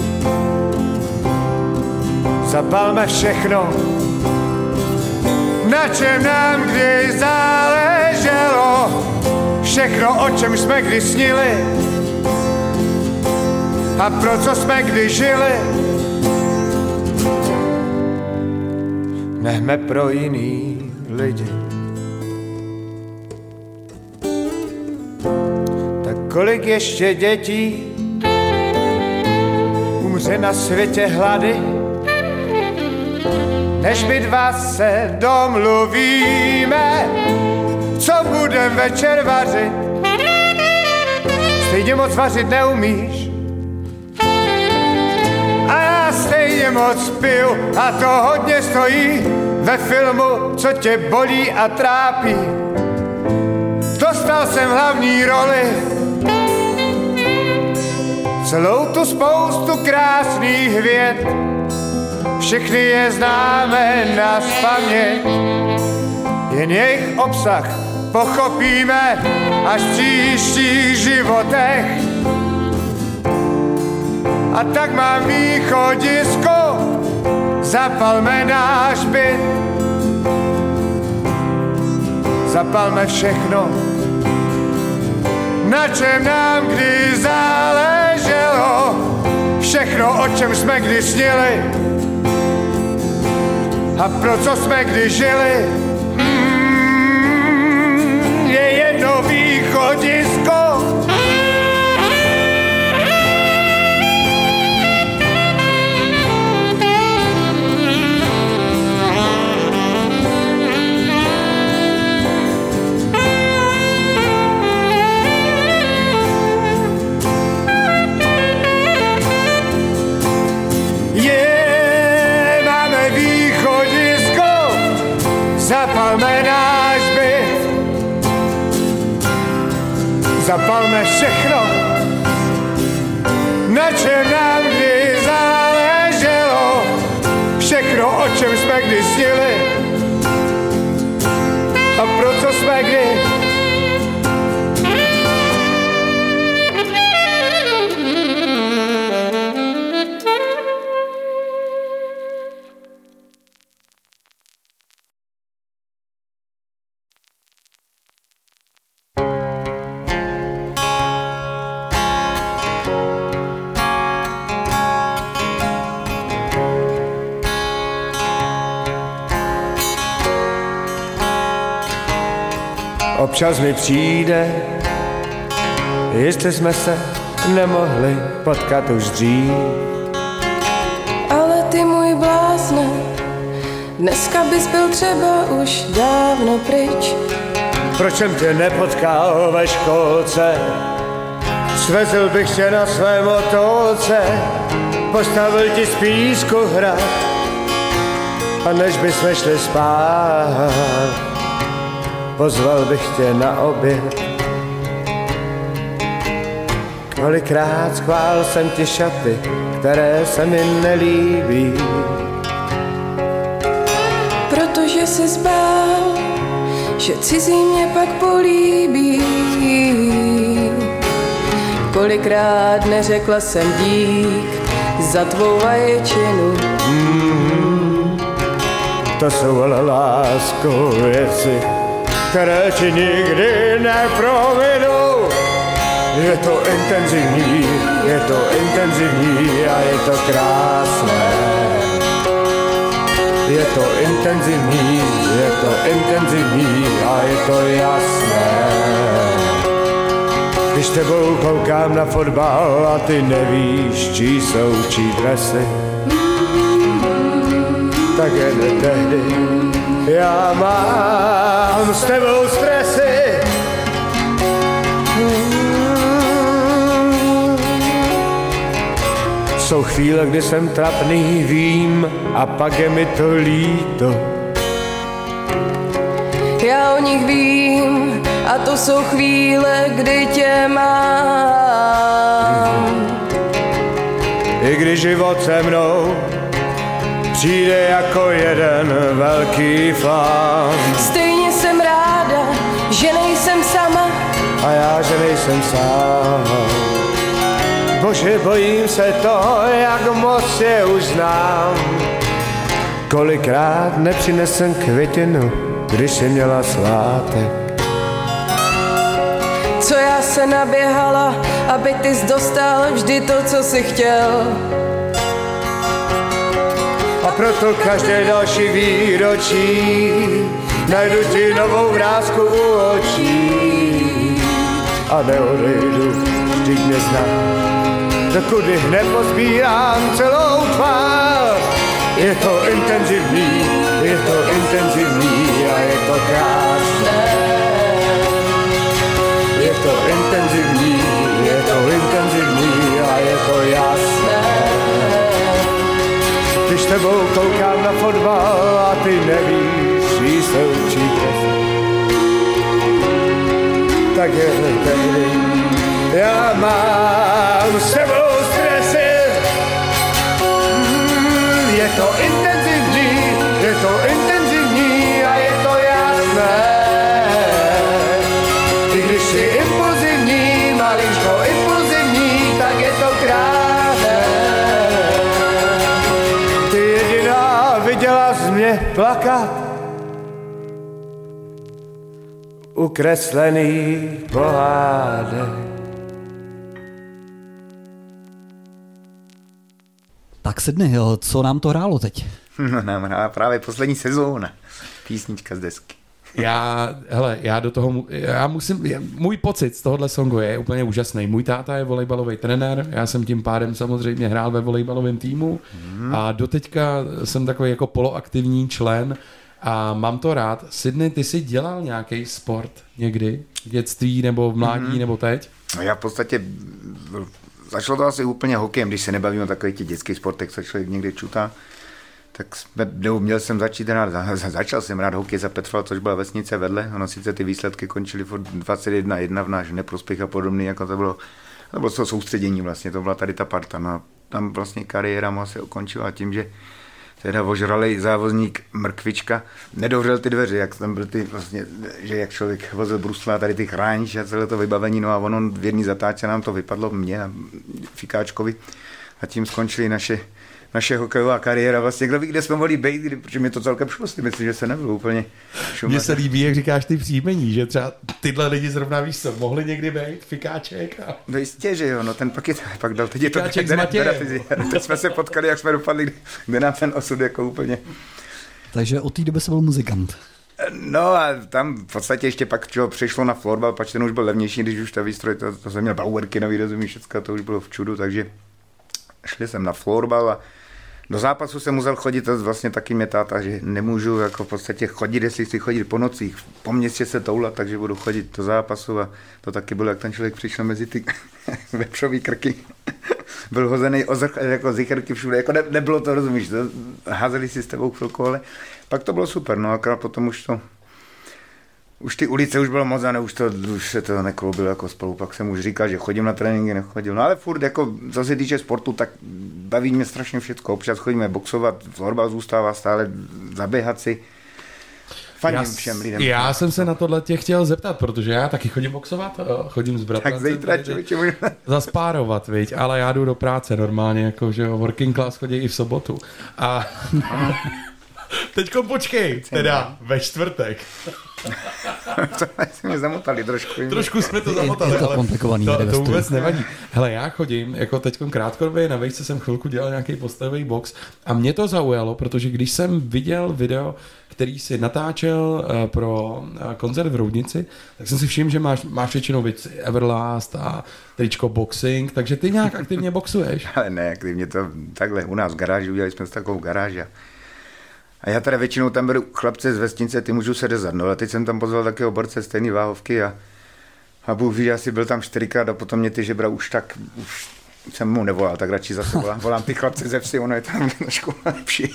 zapalme všechno, na čem nám kdy záleželo, všechno, o čem jsme kdy snili a pro co jsme kdy žili. Nechme pro jiný lidi. Tak kolik ještě dětí umře na světě hlady, než my dva se domluvíme, co budem večer vařit. Stejně moc vařit neumíš a já stejně moc piju a to hodně stojí ve filmu, co tě bolí a trápí. Dostal jsem hlavní roli, celou tu spoustu krásných vět, všechny je známe na spaměť, jen jejich obsah pochopíme až v příštích životech. A tak mám východisko, zapalme náš byt, zapalme všechno, na čem nám kdy záleželo, všechno, o čem jsme kdy snili a pro co jsme kdy žili. Mm, je jedno východisko, zapalme náš byt, zapalme všechno, na čem nám kdy záleželo, všechno, o čem jsme kdy snili a pro co jsme kdy. Občas mi přijde, jestli jsme se nemohli potkat už dřív. Ale ty můj blázne, dneska bys byl třeba už dávno pryč. Proč jsem tě nepotkal ve školce, svezl bych tě na své motolce, postavil ti z písku hrad a než bychom šli spát, pozval bych tě na oběd. Kolikrát schvál jsem ti šaty, které se mi nelíbí, protože jsi zbál, že cizí mě pak políbí. Kolikrát neřekla jsem dík za tvou vaječinu. Mm, to jsou ale lásko věci, které ti nikdy neprominou. Je to intenzivní, je to intenzivní a je to krásné. Je to intenzivní, je to intenzivní a je to jasné. Když tebou koukám na fotbal a ty nevíš, čí jsou čí dresy, tak jen tehdy já mám s tebou stresy. Jsou chvíle, kdy jsem trapný, vím, a pak je mi to líto. Já o nich vím, a to jsou chvíle, kdy tě mám. I když život se mnou přijde jako jeden velký flám, stejně jsem ráda, že nejsem sama. A já, že nejsem sám. Bože, bojím se toho, jak moc je už znám. Kolikrát nepřinesem květinu, když jsi měla svátek. Co já se naběhala, aby ty jsi dostal vždy to, co jsi chtěl. A proto každé další výročí najdu ti novou vrásku u očí. A neodejdu, vždyť mě znáš, dokud jich nepozbírám celou tvář. Je to intenzivní, je to intenzivní a je to krásné. Je to intenzivní, je to intenzivní a je to jasné. Když s tebou koukám na fotbal a ty nevíš, jí se určitě, tak je to tehdy. Já mám s tebou stresy. Mm, je to intenzivní, je to intenzivní a je to jasné. I když jsi impulzivní, maličko impulzivní, tak je to krásné. Ty jediná viděla z mě plakat ukreslený pohádek. Tak Sydney, jo, co nám to hrálo teď? No, nám hrála právě poslední sezóna. Písnička z desky. Já, hele, já do toho, já musím, já, můj pocit z tohohle songu je úplně úžasný. Můj táta je volejbalový trenér, já jsem tím pádem samozřejmě hrál ve volejbalovém týmu hmm. a doteďka jsem takový jako poloaktivní člen a mám to rád. Sydney, ty jsi dělal nějaký sport někdy v dětství nebo v mládí hmm. nebo teď? Já v podstatě, začalo to asi úplně hokejem, když se nebavíme o takových těch dětských sportech, co člověk někdy čutá. Tak jsme, měl jsem začít hrát, začal jsem hrát hokej za Petrova, což byla vesnice vedle. Ono sice ty výsledky končily furt dvacet jedna jedna v náš neprospěch a podobný, jako to bylo, to bylo to soustředění vlastně, to byla tady ta parta. No, tam vlastně kariéra mu asi ukončila tím, že teda ožralej závozník Mrkvička nedohřel ty dveře, jak tam byl ty vlastně, že jak člověk vozil brusle a tady ty chránič a celé to vybavení, no a ono v jedný zatáčce nám to vypadlo, mě a Fikáčkovi a tím skončili naše naše hokejová kariéra, vlastně kdo ví, kde jsme mohli být, protože mi to celkem šlo, myslím, že se nebylo úplně šumat. Mně se líbí, jak říkáš ty příjmení, že třeba tyhle lidi zrovna, víš co, mohli někdy být, Fikáček a... No jistě, že jo, no ten pak, je, pak dal, teď je to Fikáček s Matějem. Teď jsme se potkali, jak jsme dopadli, kde nám ten osud jako úplně... Takže od té doby se byl muzikant. No a tam v podstatě ještě pak čo, přišlo na florbal, pač ten už byl levnější, když už ta výstroj, to, to jsem měl bauerky nový, rozumí, všecko, to už bylo v čudu, takže šli jsem na florbal a do zápasu jsem musel chodit, to vlastně taky mě táta, že nemůžu jako v podstatě chodit, jestli chci chodit po nocích, po městě se toulat, takže budu chodit do zápasu a to taky bylo, jak ten člověk přišel mezi ty vepřový krky. Byl hozený ozrch, jako zicherky všude, jako ne, nebylo to, rozumíš, to, házeli si s tebou chvilku, ale pak to bylo super, no akorát potom už to, už ty ulice už bylo moc a ne, už, to, už se to nekloubilo jako spolu, pak jsem už říkal, že chodím na tréninky, nechodil, no ale furt jako, co se týče sportu, tak baví mě strašně všecko, občas chodíme boxovat, florbal zůstává stále, zaběhat si, fandím já, všem lidem. Já jsem se na tohle tě chtěl zeptat, protože já taky chodím boxovat, chodím s bratrancem. Tak zítra, člověče, můžeme. Zaspárovat, viď, ale já jdu do práce normálně, jako že working class chodí i v sobotu. A teďko počkej, teda ve čtvrtek. To jsme mě zamotali trošku. Trošku jsme to zamotali, je to ale komplikovaný, to, to vůbec nevadí. Hele, já chodím, jako teďkom krátkodobě na vejšce jsem chvilku dělal nějaký postavový box a mě to zaujalo, protože když jsem viděl video, který si natáčel uh, pro uh, koncert v Roudnici, tak jsem si všiml, že máš, máš většinou věci Everlast a tričko boxing, takže ty nějak aktivně boxuješ. Ale ne, aktivně to takhle u nás v garáži, udělali jsme s takovou garáži. A já teda většinou tam beru chlapce z vesnice, ty můžu se rezat, no a teď jsem tam pozval takého borce stejný váhovky a, a Bůh ví, asi byl tam čtyřikrát a potom mě ty žebra už tak, už jsem mu nevolal, tak radši zase volám, volám ty chlapce ze vsi, ono je tam trošku lepší.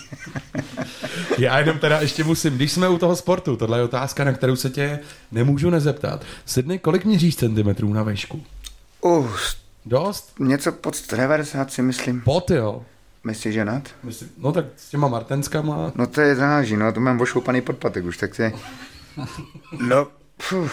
Já jenom teda ještě musím, když jsme u toho sportu, tohle je otázka, na kterou se tě nemůžu nezeptat. Sydney, kolik měříš centimetrů na výšku? Uh, Dost? Něco pod sto devadesát si myslím. Pot, jo. Myslíš, že nad? Myslím, no tak s těma martenskama. No to je záží, no to mám ošoupaný podpatek už, tak to je... No, puf,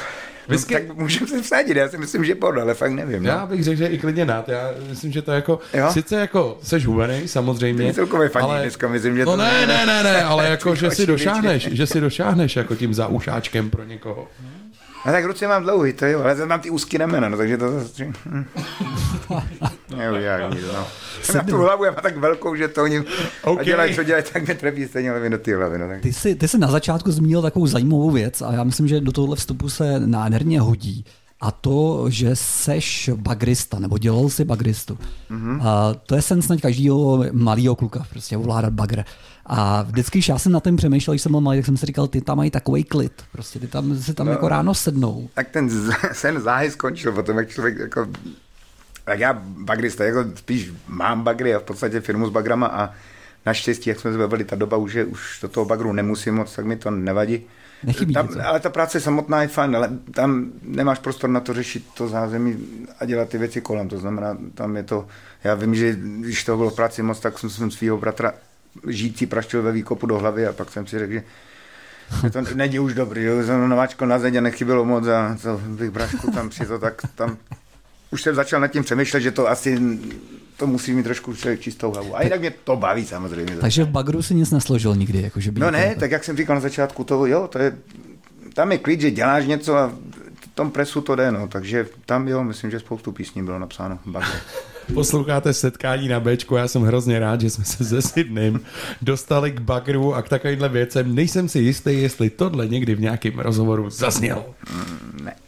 Whisky... No, tak můžeme se vsadit, já si myslím, že podle, ale fakt nevím. No. Já bych řekl, že i klidně nát, já myslím, že to jako, jo? sice jako seš hubenej, samozřejmě, celkově fandí ale... dneska, myslím, že no to... ne, ne, ne, ne, ale jako, že si došáhneš, že si došáhneš jako tím zaušáčkem pro někoho. A tak ruce mám dlouhý, to jo, ale já mám ty úzký ramena, no, takže to zase... Neudělám nic, no. Na tu hlavu já mám tak velkou, že to oni... Okay. A dělají, co dělají, tak mě trefí stejně hlavě do ty hlavy, no. Tak. Ty jsi, ty jsi na začátku zmínil takovou zajímavou věc a já myslím, že do tohohle vstupu se nádherně hodí. A to, že seš bagrista, nebo dělal jsi bagristu. Mm-hmm. A to je sen snad každého malého kluka, prostě ovládat bagr. A vždycky, když já jsem na tím přemýšlel, když jsem byl malý, tak jsem si říkal, ty tam mají takovej klid. Prostě ty tam si tam no, jako ráno sednou. Tak ten sen záhy skončil potom, jak člověk jako... Tak já bagrista, jako spíš mám bagry a v podstatě firmu s bagrama a naštěstí, jak jsme se bavili, ta doba už je, už do toho bagru nemusím moc, tak mi to nevadí. Tam, ale ta práce samotná je fajn, ale tam nemáš prostor na to řešit to zázemí a dělat ty věci kolem. To znamená, tam je to, já vím, že když toho bylo v práci moc, tak jsem, jsem svýho bratra žijící praštil ve výkopu do hlavy a pak jsem si řekl, že to není už dobrý, že jsem nováčko na zeď a nechybělo moc a co bych brašku tam přijel, tak tam už jsem začal nad tím přemýšlet, že to asi to musí mít trošku čistou hlavu. A jinak mě to baví samozřejmě. Takže v bagru si nic nesložil nikdy? Jako, že by no ne, to... tak jak jsem říkal na začátku, to jo, to je, tam je klid, že děláš něco a v tom presu to jde, no, takže tam jo, myslím, že spoustu písní bylo napsáno v bagru. Posloucháte Setkání na Béčku, já jsem hrozně rád, že jsme se se Sydneym dostali k bagru a k takovýmhle věcem. Nejsem si jistý, jestli tohle někdy v nějakém rozhovoru zaznělo. Mm, ne.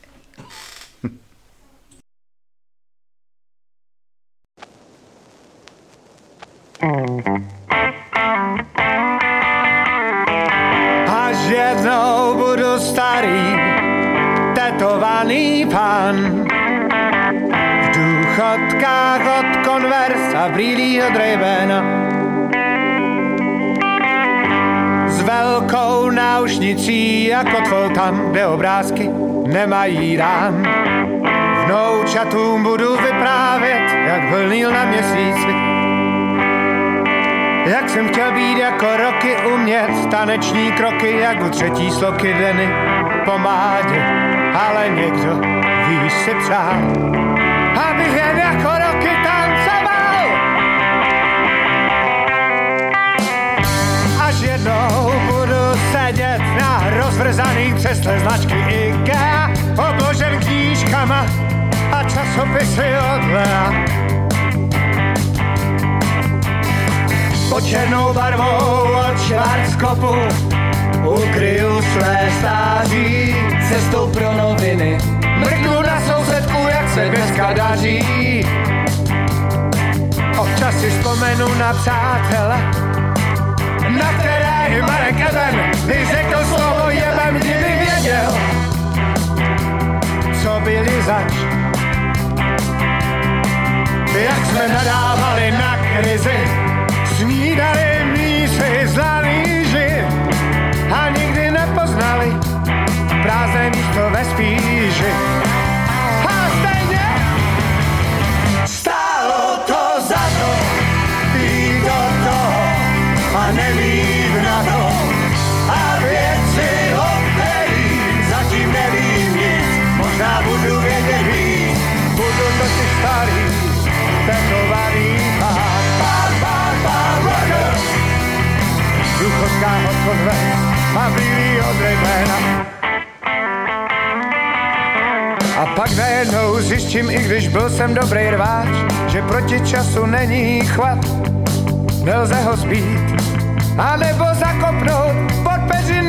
Až jednou budu starý, tetovaný pán, v důchodkách od Converse a brýlí od Ray-Bana, s velkou náušnicí jako tvou tam, kde obrázky nemají rám. Vnoučatům budu vyprávět, jak byl Neil na měsíci, jak jsem chtěl být jako roky umět taneční kroky, jak u třetí sloky Denny pomádě, ale někdo, víš, si přál, abych jen jako roky tancoval. Až jednou budu sedět na rozvrzaných křesle značky IKEA, obložen knížkama a časopisy od Lea. Pod černou barvou od Schwarzkopu ukryju své stáří, cestou pro noviny mrknu na sousedku, jak se dneska daří. Občas si vzpomenu na přátele, na které i Marek Eben vyřekl slovo jebem, kdyby věděl, co byli zač. Jak jsme nadávali na krizi, snídali mísy z laníži a nikdy nepoznali prázdné místo ve spíži. A stejně stálo to za to jít do toho a nemít na to a věci, o kterých zatím nevím nic, možná budu vědět víc, budu totiž starý, tetovaný pán, pán, pán, pán, rocker. Důchodká od Converse a brýlí od Ray-Bana. A pak najednou zjistím, i když byl jsem dobrý rváč, že proti času není chvat, nelze ho zbít, a nebo zakopnout pod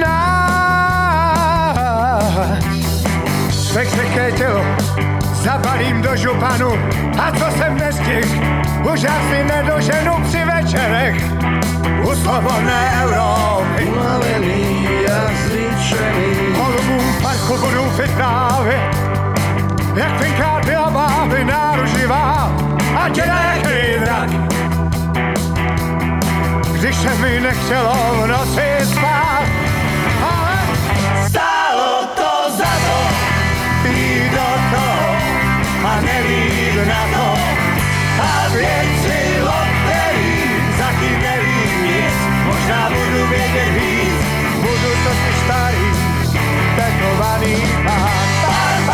peřináč. Své křehké tělo zabalím do županu a co jsem nestihl, už asi nedoženu při večerech u svobodné Evropy. Unavený a zničený, holubům parku budu vyprávět, jak tenkrát byla bábina ruživá a děda jak drak. Když se mi nechtělo v noci spát, ale stálo to za to jít do toho a nevím na to a věci, o kterých zatím nevím nic, možná budu vědět víc, budu totiž starý, tetovaný pán, pán,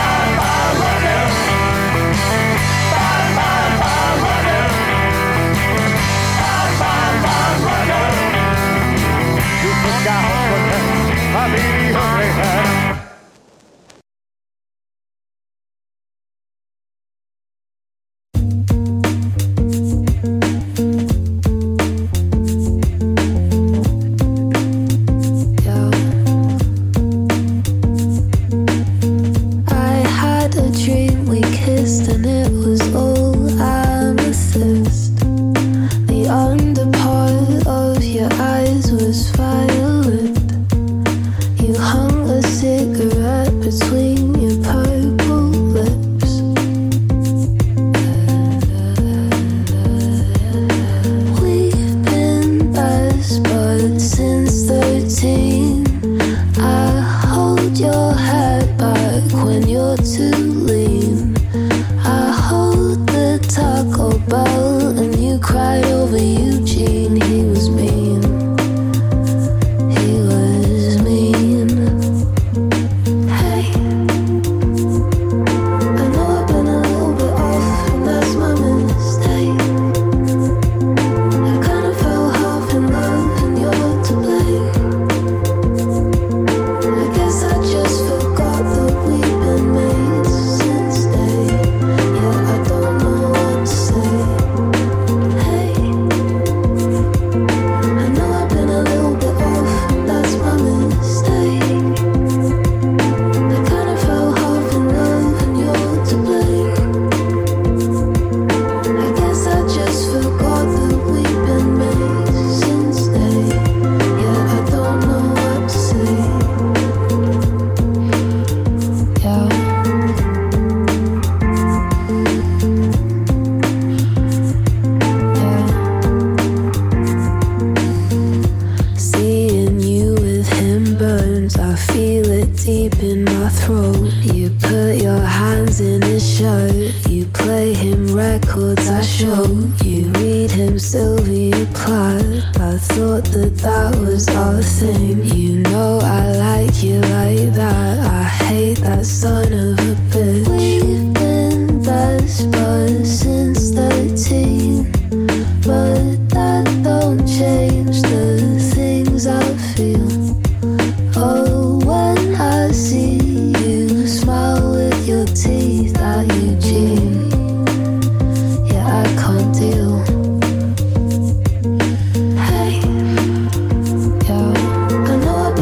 I thought that that was our thing. You know I like you like that. I hate that son of a bitch. We've been best buds since thirteen, but that don't change the things I feel. Oh, when I see you smile with your teeth at Eugene, yeah, I can't deal. Hey, yeah, I know I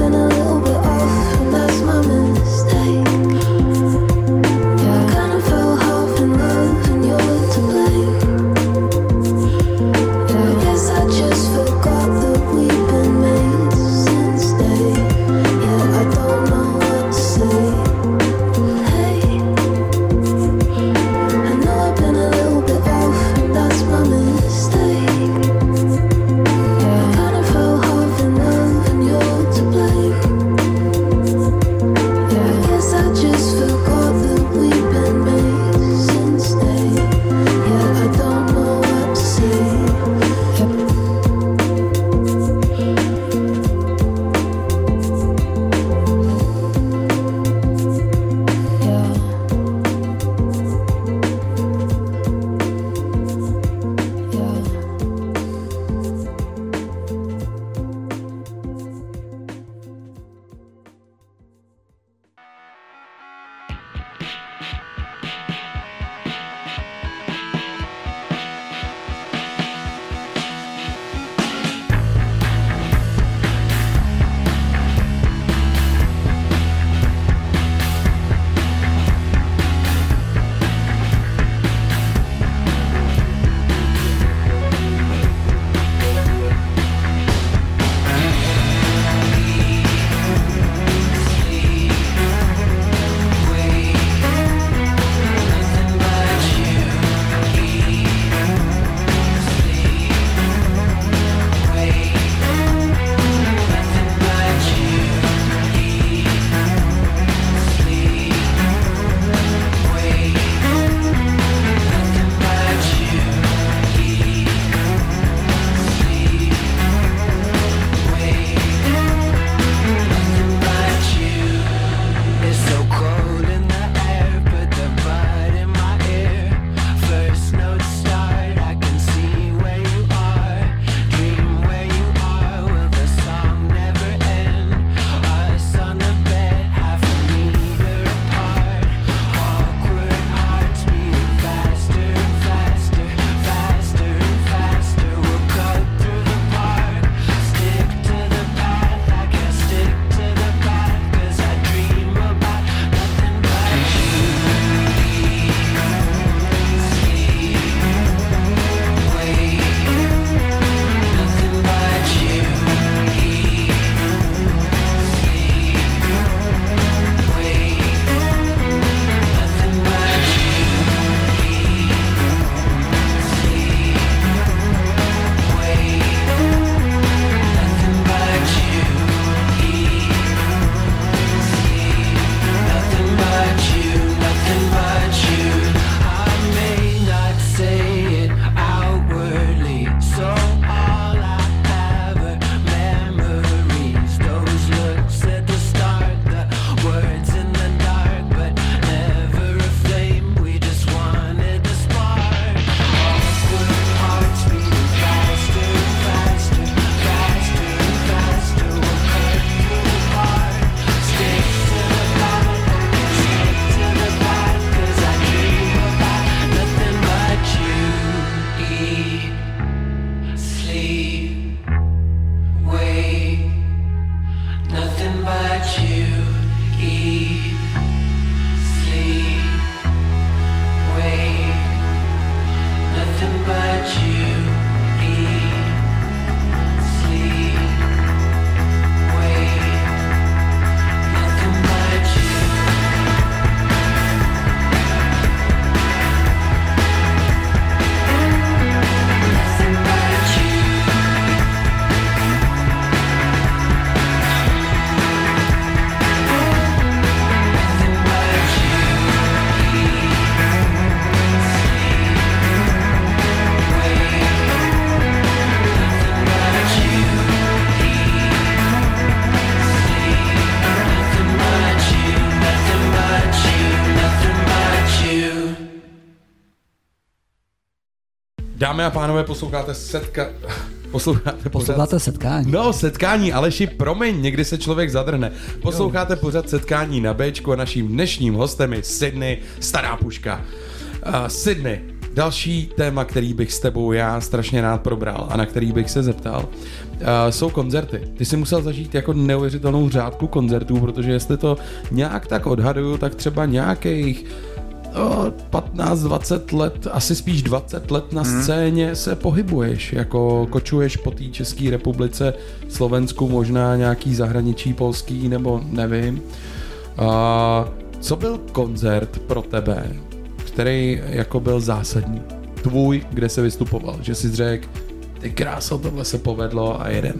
Dámy a pánové, posloucháte setka... Posloucháte, Posloucháte pořád... setkání. No, setkání, Aleši, promiň, někdy se člověk zadrhne. Posloucháte pořád setkání na Béčku a naším dnešním hostem je Sydney, stará puška. Uh, Sydney, další téma, který bych s tebou já strašně rád probral a na který bych se zeptal, uh, jsou koncerty. Ty jsi musel zažít jako neuvěřitelnou řádku koncertů, protože jestli to nějak tak odhaduju, tak třeba nějakých patnáct dvacet let, asi spíš dvacet let na scéně se pohybuješ, jako kočuješ po té České republice, Slovensku, možná nějaký zahraničí polský, nebo nevím. A co byl koncert pro tebe, který jako byl zásadní? Tvůj, kde se vystupoval, že jsi řekl, ty kráso, tohle se povedlo a jeden.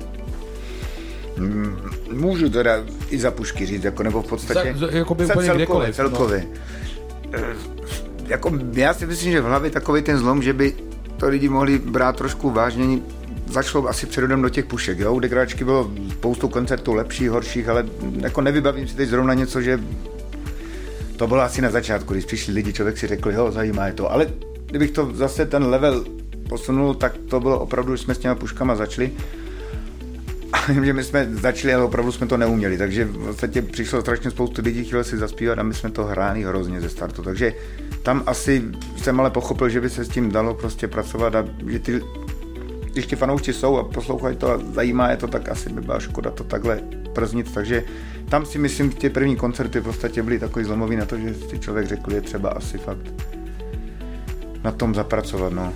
Můžu teda i za pušky říct, jako nebo v podstatě za, jako by úplně celkově, celkově. No. Jako já si myslím, že v hlavě takový ten zlom, že by to lidi mohli brát trošku vážně, začalo asi předem do těch pušek, jo, u Degradačky bylo spoustu koncertů lepších, horších, ale jako nevybavím si teď zrovna něco, že to bylo asi na začátku, když přišli lidi, člověk si řekl, jo, zajímá je to, ale kdybych to zase ten level posunul, tak to bylo opravdu, že jsme s těma puškama začali. A vím, že my jsme začali, ale opravdu jsme to neuměli, takže v podstatě přišlo strašně spoustu lidí, chtěli si zaspívat a my jsme to hráli hrozně ze startu, takže tam asi jsem ale pochopil, že by se s tím dalo prostě pracovat a že ty, když ti fanoušci jsou a poslouchají to a zajímá je to, tak asi by byla škoda to takhle prznit, takže tam si myslím, že ty první koncerty v podstatě byly takový zlomový na to, že si člověk řekl, je třeba asi fakt na tom zapracovat, no.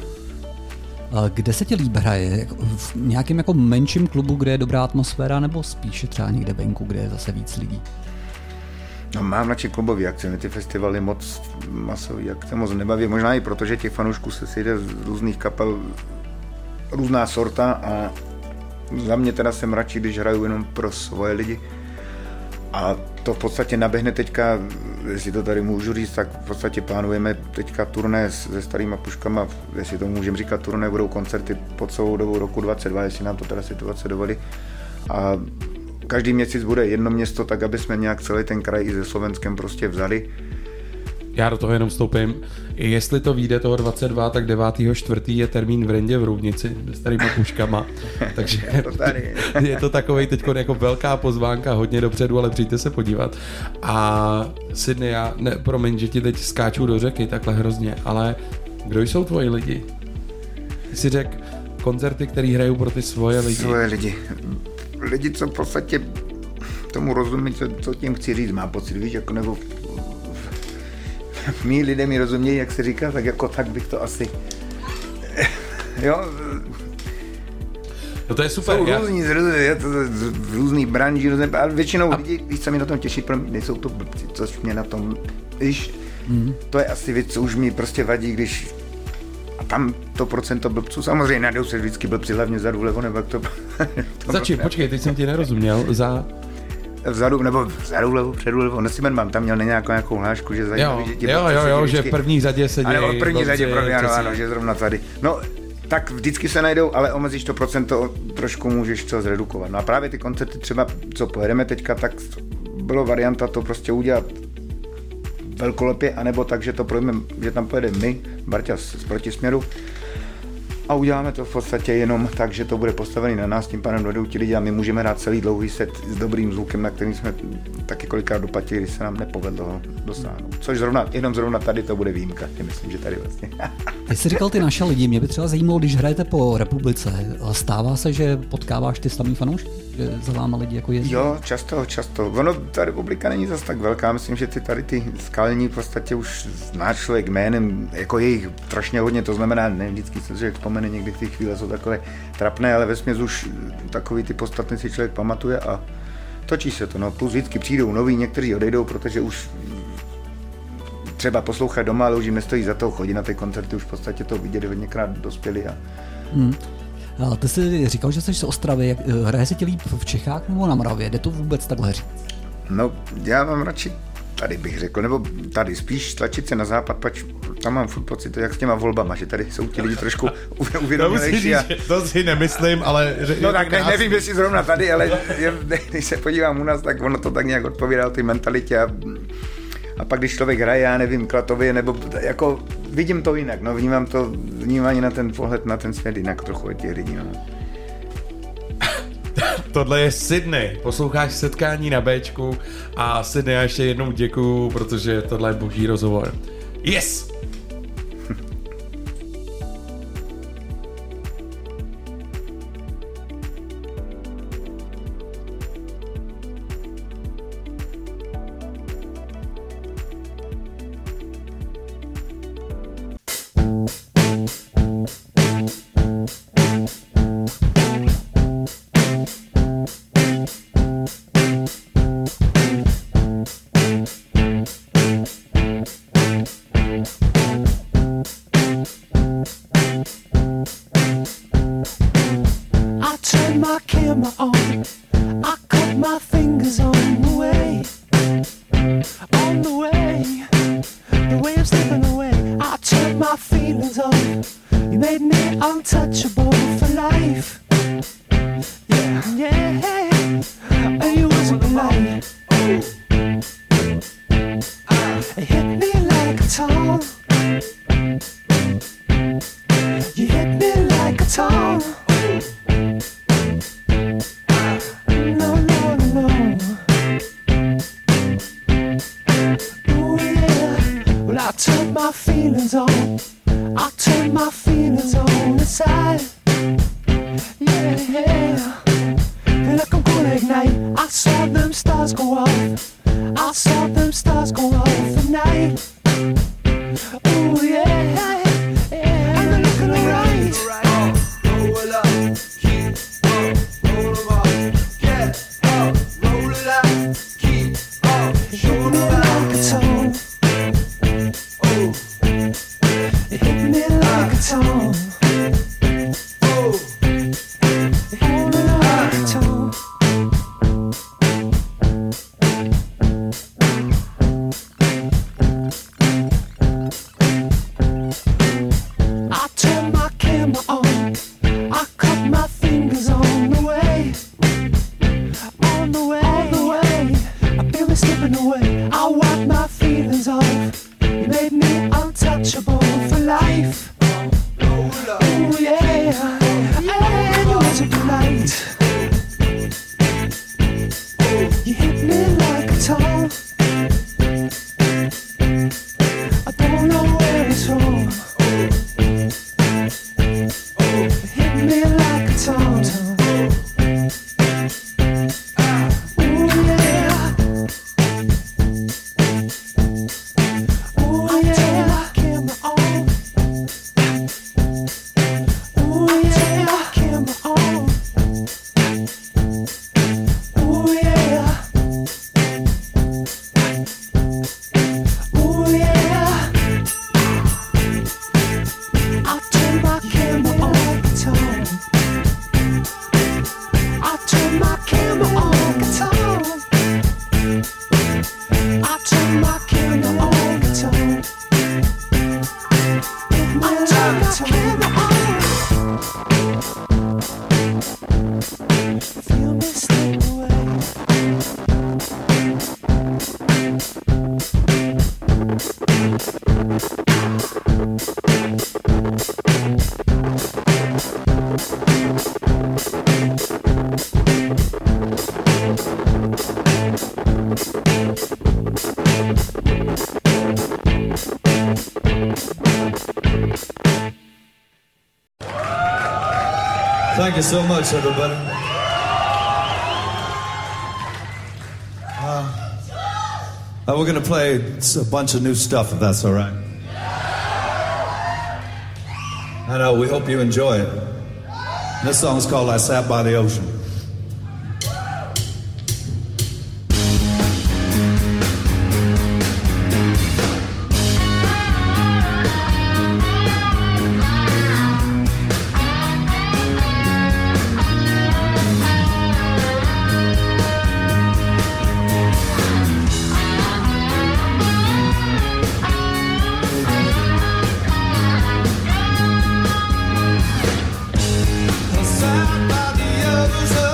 Kde se ti líp hraje? V nějakém jako menším klubu, kde je dobrá atmosféra, nebo spíše třeba někde venku, kde je zase víc lidí? No, mám radši klubový akce, ty festivaly moc masový akce moc nebaví, možná i proto, že těch fanoušků se sejde z různých kapel různá sorta a za mě teda jsem radši, když hraju jenom pro svoje lidi. A to v podstatě naběhne teďka, jestli to tady můžu říct, tak v podstatě plánujeme teďka turné se starýma puškama, jestli to můžeme říkat turné, budou koncerty po celou dobu roku dvacet dva, jestli nám to teda situace dovolí. A každý měsíc bude jedno město, tak aby jsme nějak celý ten kraj i se Slovenskem prostě vzali. Já do toho jenom vstoupím. Jestli to vyjde toho dvacet dva, tak devátého čtvrtého je termín v Rendě v Roudnici s starýma puškama. Takže je to tady. Je to takovej teď jako velká pozvánka, hodně dopředu, ale přijďte se podívat. A Sydney, já, ne, promiň, že ti teď skáču do řeky takhle hrozně, ale kdo jsou tvoji lidi? Ty jsi řekl koncerty, které hrajou pro ty svoje lidi. Svoje lidi. Lidi, co v podstatě tomu rozumí, co, co tím chci říct, má pocit, víš, jako nebo mí lidé mi rozumějí, jak se říká, tak jako tak bych to asi, jo. No to je super. Jsou já... různí, je to v různý branži, ale většinou a... lidi, když se mi na tom těší, nejsou to blbci, což mě na tom, víš, mm. to je asi věc, co už mi prostě vadí, když a tam to procento blbců, samozřejmě najdou se vždycky blbci, hlavně vzadu vlevo, nebo jak to... to Začí, prostě... počkej, teď jsem ti nerozuměl, za... Vzadu, nebo vzadu vlevo, předu vlevo, Nesimen mám, tam měl nějakou, nějakou hlášku, že zajímavý, že ti jo, jo, jo, že v první řadě se dějí. Ano, v první řadě, první, ano, ano, že zrovna tady. No, tak vždycky se najdou, ale omezíš to procento, trošku můžeš co zredukovat. No a právě ty koncerty třeba, co pojedeme teďka, tak bylo varianta to prostě udělat velkolepě, anebo tak, že to projeme, že tam pojedeme my, Barťa z, z protisměru, a uděláme to v podstatě jenom tak, že to bude postavený na nás, tím pádem dojdou ti lidi a my můžeme hrát celý dlouhý set s dobrým zvukem, na kterým jsme taky kolikrát doplatili, když se nám nepovedlo dosáhnout. Což zrovna, jenom zrovna tady to bude výjimka, já myslím, že tady vlastně. Ty jsi říkal ty naše lidi, mě by třeba zajímalo, když hrajete po republice, stává se, že potkáváš ty samý fanoušky, že za váma lidi jako jezdí? Jo, často, často. Ono, ta republika není zas tak velká, myslím, že ty tady ty skalní v podstatě už zná člověk jménem, jako jejich strašně hodně, to znamená, ne vždycky se člověk vzpomene, někdy ty chvíle jsou takové trapné, ale vesměs už takový ty podstatný si člověk pamatuje a točí se to, no, plus vždycky přijdou noví, někteří odejdou, protože už třeba poslouchat doma, ale už jim nestojí za to, chodí na ty koncerty, už v podstatě to viděli hodněkrát dospěli a... Hmm. A ty jsi říkal, že jsi z Ostravy, hraje se ti líp v Čechách nebo na Moravě, jde to vůbec takhle říct? No, já mám radši tady bych řekl, nebo tady spíš tlačit se na západ, pač tam mám furt pocit, jak s těma volbama, že tady jsou ti lidi trošku uvědomělejší. A... To si nemyslím, ale... No tak ne, nevím, jestli zrovna tady, ale když se podívám u nás, tak ono to tak nějak odpovídá o té mentalitě a, A pak, když člověk hraje, já nevím, klatově, nebo jako vidím to jinak, no, vnímám to, vnímání na ten pohled, na ten svět jinak trochu od těch lidí, no. Tohle je Sydney, posloucháš Setkání na Béčku a Sydney, já ještě jednou děkuju, protože tohle je boží rozhovor. Yes! Thank you so much, everybody. Uh, uh, we're going to play a bunch of new stuff, if that's all right. I know, we hope you enjoy it. This song's called I Sat by the Ocean. Sat by the ocean.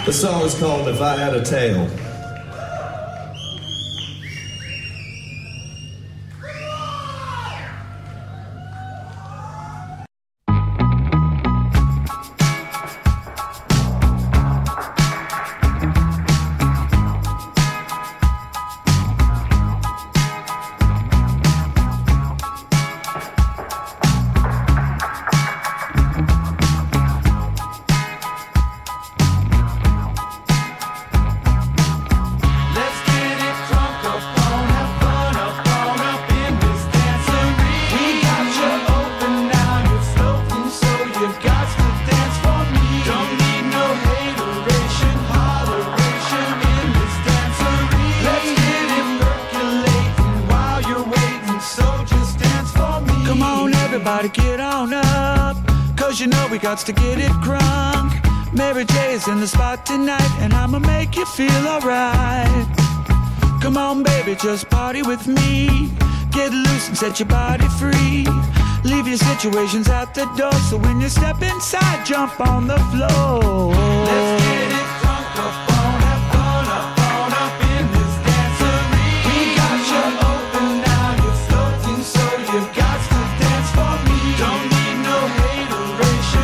The song is called If I Had a Tail. To get it crunk. Mary J is in the spot tonight, and I'ma make you feel alright. Come on, baby, just party with me. Get loose and set your body free. Leave your situations at the door, so when you step inside, jump on the floor. Let's get it crunk up on, have fun up on, up in this dancery. We got you open now, you're floating, so you've got to dance for me. Don't need no hateration.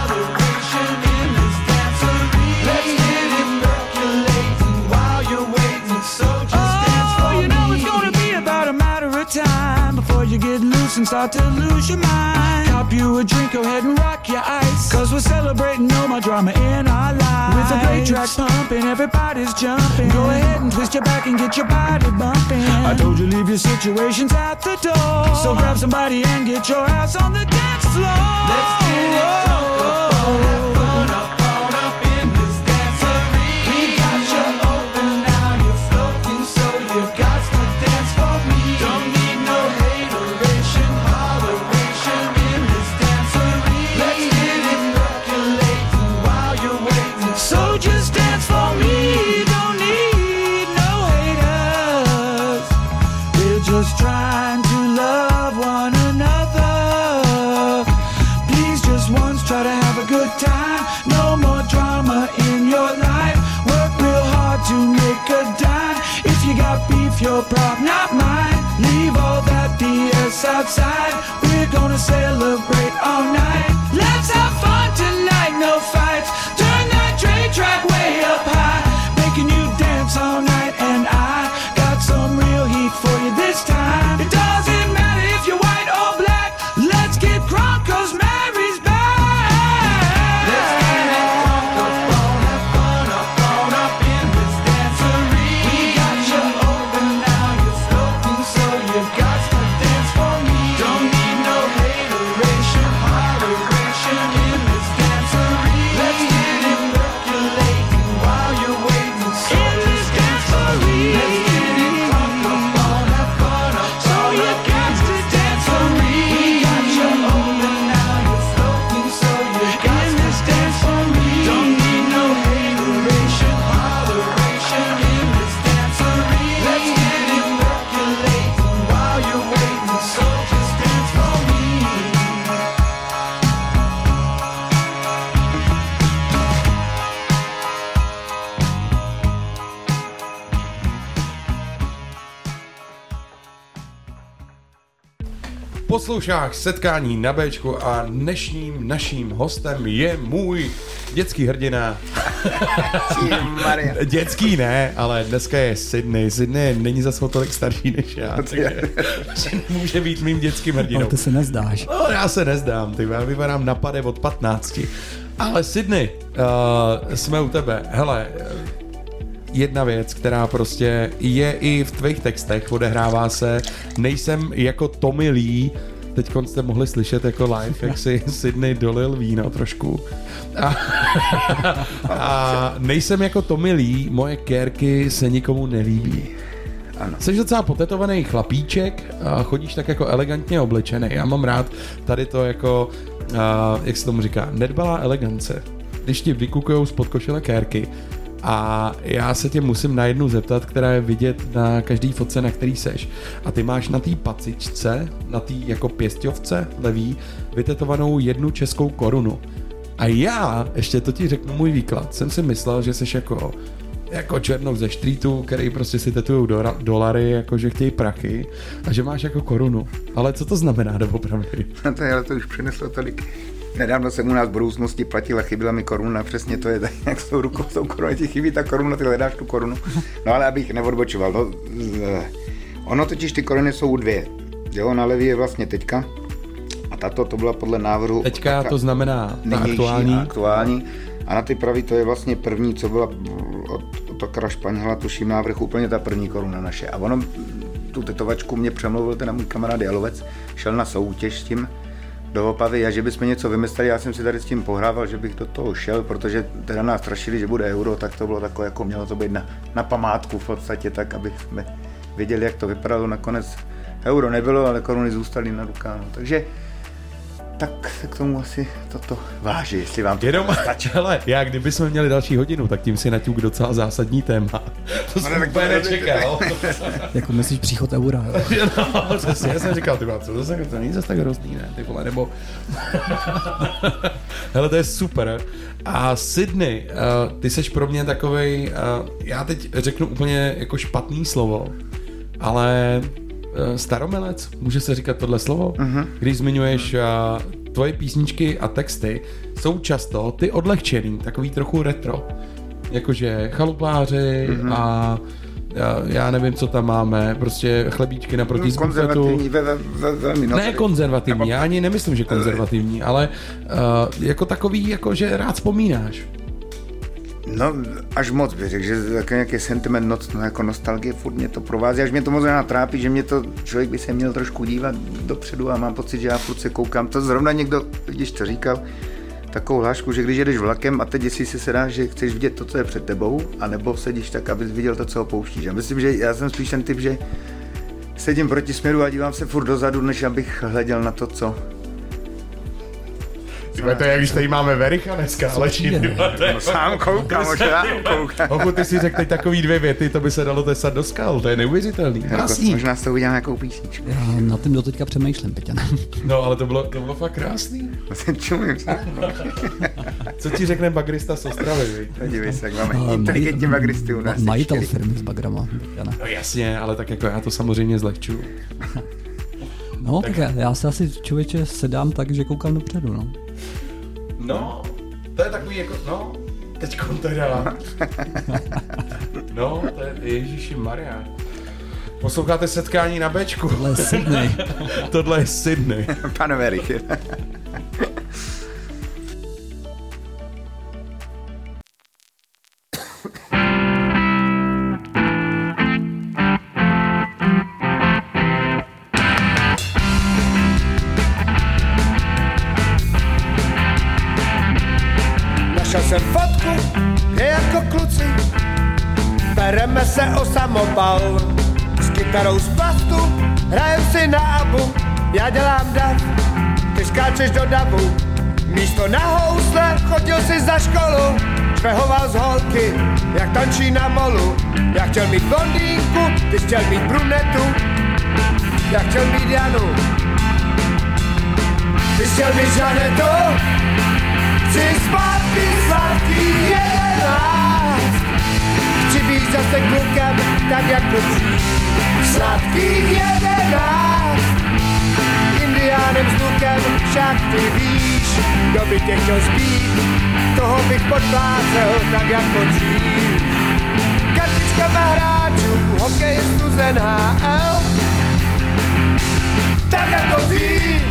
Time before you get loose and start to lose your mind. Cop you a drink, go ahead and rock your ice, cause we're celebrating no more drama in our lives. With a great track pumping, everybody's jumping. Go ahead and twist your back and get your body bumping. I told you leave your situations at the door, so grab somebody and get your ass on the dance floor. Let's get it drunk up on, have fun up on, up in this dancery. We got you open now, you're floating, so you've got to dance for me. Don't just dance for me, don't need no haters. We're just trying to love one another. Please just once try to have a good time. No more drama in your life. Work real hard to make a dime. If you got beef, your problem, not mine. Leave all that B S outside. We're gonna celebrate all night. Let's have fun tonight, no fights. Turn that train track way up high, making you dance all night, and I got some real heat for you this time. It doesn't matter if you're white or black. Let's get crunk, cause Mary's back. Let's get it crunk up on, have fun up on, up in this dancery. We got you open now, you're floating, so you've got to dance for me. Don't need no hateration, holleration in this dancery. Let's get it percolating while you're waiting, so just dance for me. Let's get it crunk up on, have fun up, so you got to dance for me. We got you open now, you're floating, so you got to dance for me. Don't need no hateration, holleration in this dancery. Let's get it percolating while you're waiting, so just dance for me. Posloucháš setkání na Béčku a dnešním naším hostem je můj dětský hrdina. Dětský ne, ale dneska je Sydney. Sydney není zase o tolik starší než já, takže nemůže být mým dětským hrdinou. Ale ty se nezdáš. No, já se nezdám, ty, já vypadám na pade od patnácti. Ale Sydney, uh, jsme u tebe. Hele, jedna věc, která prostě je i v tvých textech, odehrává se, nejsem jako Tommy Lee, teď jste mohli slyšet jako live, jak si Sydney dolil víno trošku. A, a nejsem jako Tommy Lee, moje kérky se nikomu nelíbí. Ano. Jsi docela potetovaný chlapíček a chodíš tak jako elegantně oblečený. Já mám rád tady to jako, uh, jak se tomu říká, nedbalá elegance. Když ti vykukujou spod košile kérky, a já se tě musím na jednu zeptat, která je vidět na každý fotce, na který seš. A ty máš na té pacičce, na té jako pěsťovce levý, vytetovanou jednu českou korunu. A já, ještě to ti řeknu můj výklad, jsem si myslel, že jsi jako jako černoch ze streetu, který prostě si tetujou do, dolary, jako že chtějí prachy a že máš jako korunu. Ale co to znamená doopravdy? No to, ale to už přineslo tolik. Nedávno jsem u nás v budoucnosti platila, chybila mi koruna, přesně to je tak, jak s tou rukou, s tou korunou, ti chybí ta koruna, ty hledáš tu korunu. No ale abych neodbočoval, no, ono totiž ty koruny jsou dvě, jo, na levý je vlastně teďka a tato to byla podle návrhu. Teďka to znamená ta aktuální. aktuální. A na ty pravý to je vlastně první, co byla od Otakara Španěla, tuším návrh, úplně ta první koruna naše. A ono, tu tetovačku mě přemluvil ten můj kamarád Jalovec, šel na soutěž s tím do Opavy a že bychom něco vymysleli, já jsem si tady s tím pohrával, že bych do toho šel, protože teda nás strašili, že bude euro, tak to bylo takové, jako mělo to být na, na památku v podstatě, tak aby jsme viděli, jak to vypadalo. Nakonec euro nebylo, ale koruny zůstaly na rukávu. Takže tak se k tomu asi toto váží, jestli vám to jenom stačí. Hele, já kdyby jsme měli další hodinu, tak tím si naťuk docela zásadní téma. To jsem úplně nečekal. Jako myslíš příchod eura, jo? No, přesně, já jsem říkal, ty co to, to není zase tak hrozný, ne, ty vole, nebo... Hele, to je super. A Sydney, uh, ty seš pro mě takovej, uh, já teď řeknu úplně jako špatný slovo, ale... staromilec, může se říkat tohle slovo? Uh-huh. Když zmiňuješ uh, tvoje písničky a texty, jsou často ty odlehčený, takový trochu retro. Jakože chalupáři uh-huh. a já, já nevím, co tam máme, prostě chlebíčky naproti z bufetu. Konzervativní, ve, ve, ve, velmi. No, ne konzervativní, já ani nemyslím, že konzervativní, ale uh, jako takový, jako že rád vzpomínáš. No, až moc bych řekl, že takový nějaký sentiment, noc, no, jako nostalgie, furt mě to provází, až mě to možná trápí, že mě to, člověk by se měl trošku dívat dopředu a mám pocit, že já furt se koukám. To zrovna někdo, když to říkal, takovou hlášku, že když jedeš vlakem a teď jestli si se dáš, že chceš vidět to, co je před tebou, anebo sedíš tak, abys viděl to, co opouštíš. A myslím, že já jsem spíš ten typ, že sedím proti směru a dívám se furt dozadu, než abych hleděl na to, co... Tyhle, to je, jak když tady máme Vericha dneska, ale čím, sám koukám, možná koukám. Pokud ty si řekl teď takový dvě věty, to by se dalo tesat do skal, to je neuvěřitelný. Krásný. Možná s toho udělám nějakou písničku. Já na tím doteďka přemýšlím, Peťane. No, ale to bylo, to bylo fakt krásný. Čumím se. Co ti řekne bagrista z Ostravy, viď? Dívej se, jak máme inteligentní bagristy u nás. Majitel firmy s bagrama, Peťane. No jasně, ale tak jako já to samozřejmě zlehčuju. No, tak, tak já se asi člověče sedám tak, že koukám dopředu, no. No, to je takový jako, no, teďkon teda. No, to je Ježíši Maria. Posloucháte setkání na Bčku. Tohle je Sydney. Tohle je Sydney. Pane Verich. Našel jsem fotku, kde jako kluci bereme se o samopal. S kytarou z plastu hraju si na abu, já dělám dav, ty skáčeš do davu. Místo na housle chodil si za školu, špehoval z holky, jak tančí na molu. Já chtěl mít blondýnku, ty chtěl mít brunetu, já chtěl mít Janu, ty chtěl mít Žanetu. Chci zpátky sladký jedenáct, chci být zase klukem, tak jako dřív. Sladký jedenáct, indiánem s lukem, však ty víš, kdo by tě chtěl zbít, toho bych podplácel, tak jako dřív. Kartičkama hráčů, hokejistů z N H L, tak jako dřív.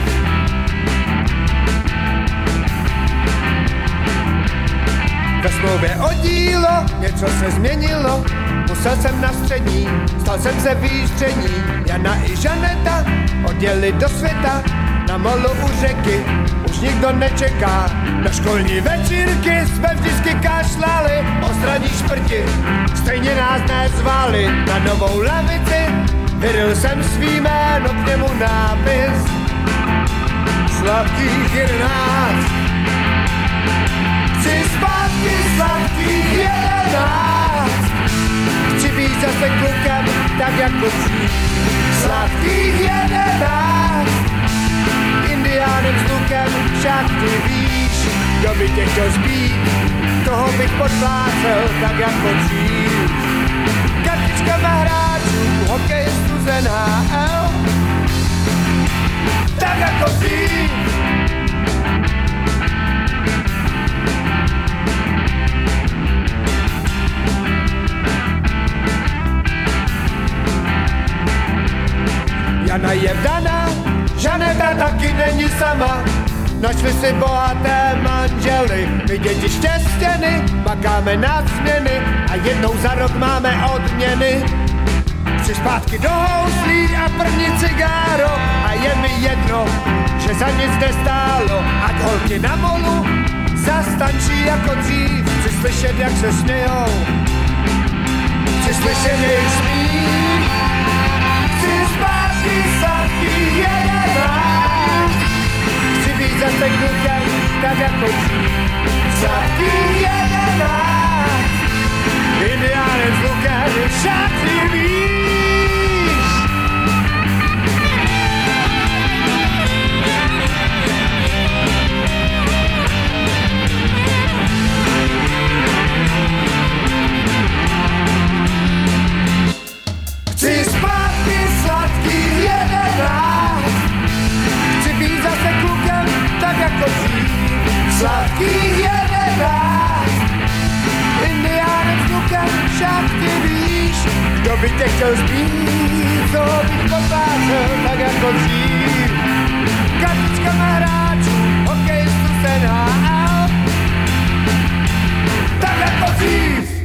Ve smlouvě o dílo něco se změnilo, musel jsem na střední, stal jsem se výstřední. Jana i Žaneta odjeli do světa, na molu u řeky už nikdo nečeká. Na školní večírky jsme vždycky kašlali, ostraní šprti stejně nás nezvali. Na novou lavici vyril jsem svý jméno, k němu nápis Sladkých jedenáct. Chci zpátky sladkých jedenáct, chci být zase klukem, tak jako dřív. Sladkých jedenáct, indiánem s lukem, však ty víš, kdo Kdo by tě chtěl zbít, toho bych podplácel tak jako dřív. Kartičkama hráčů, hokejistů z N H L, tak jako dřív. Jana je vdaná, Žaneta taky není sama. Našli si bohaté manžely, my děti štěstěny, makáme na směny a jednou za rok máme odměny. Tři zpátky do houslí a první cigáro a je mi jedno, že za nic nestálo. Ať holky na molu zastančí jako dřív, chci slyšet, jak se smějou, chci slyšet jejich smích. Chci zpátky sladký jedenáct, chci být zase klukem, tak jako dřív. Sladký jedenáct, indiánem s lukem, však ty víš. Chci zpátky sladký jedenáct, chci být zase klukem, tak jako dřív. Sladký jedenáct, indiánem s lukem, však ty víš. Kdo by tě chtěl zbít, toho bych poplácel, tak jako dřív. Kartičkama hráčů, hokejistů z N H L, tak jako dřív.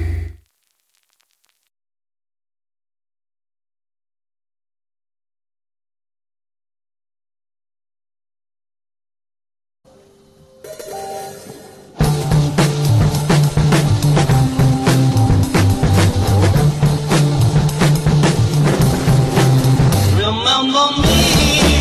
Remember me.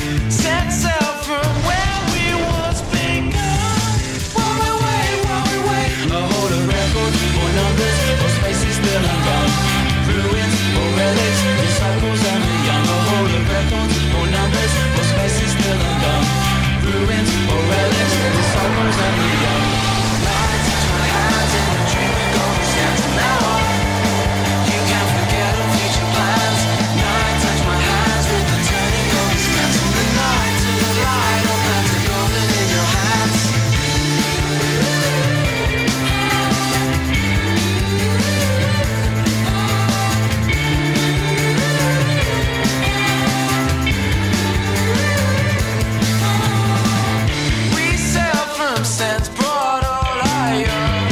Set sail from where we once begun. While we wait, while we wait, a hold of records or numbers or spaces still undone. Ruins or relics, disciples and the young. A hold of records or numbers or spaces still undone. Ruins or relics, disciples and the young. Light touch my hands in a dream and golden sands. From now on, you can't forget our future plans. Night touch my hands with the turning golden sands. From the night to the light, all plans are golden in your hands. We sail from sands broad all iron.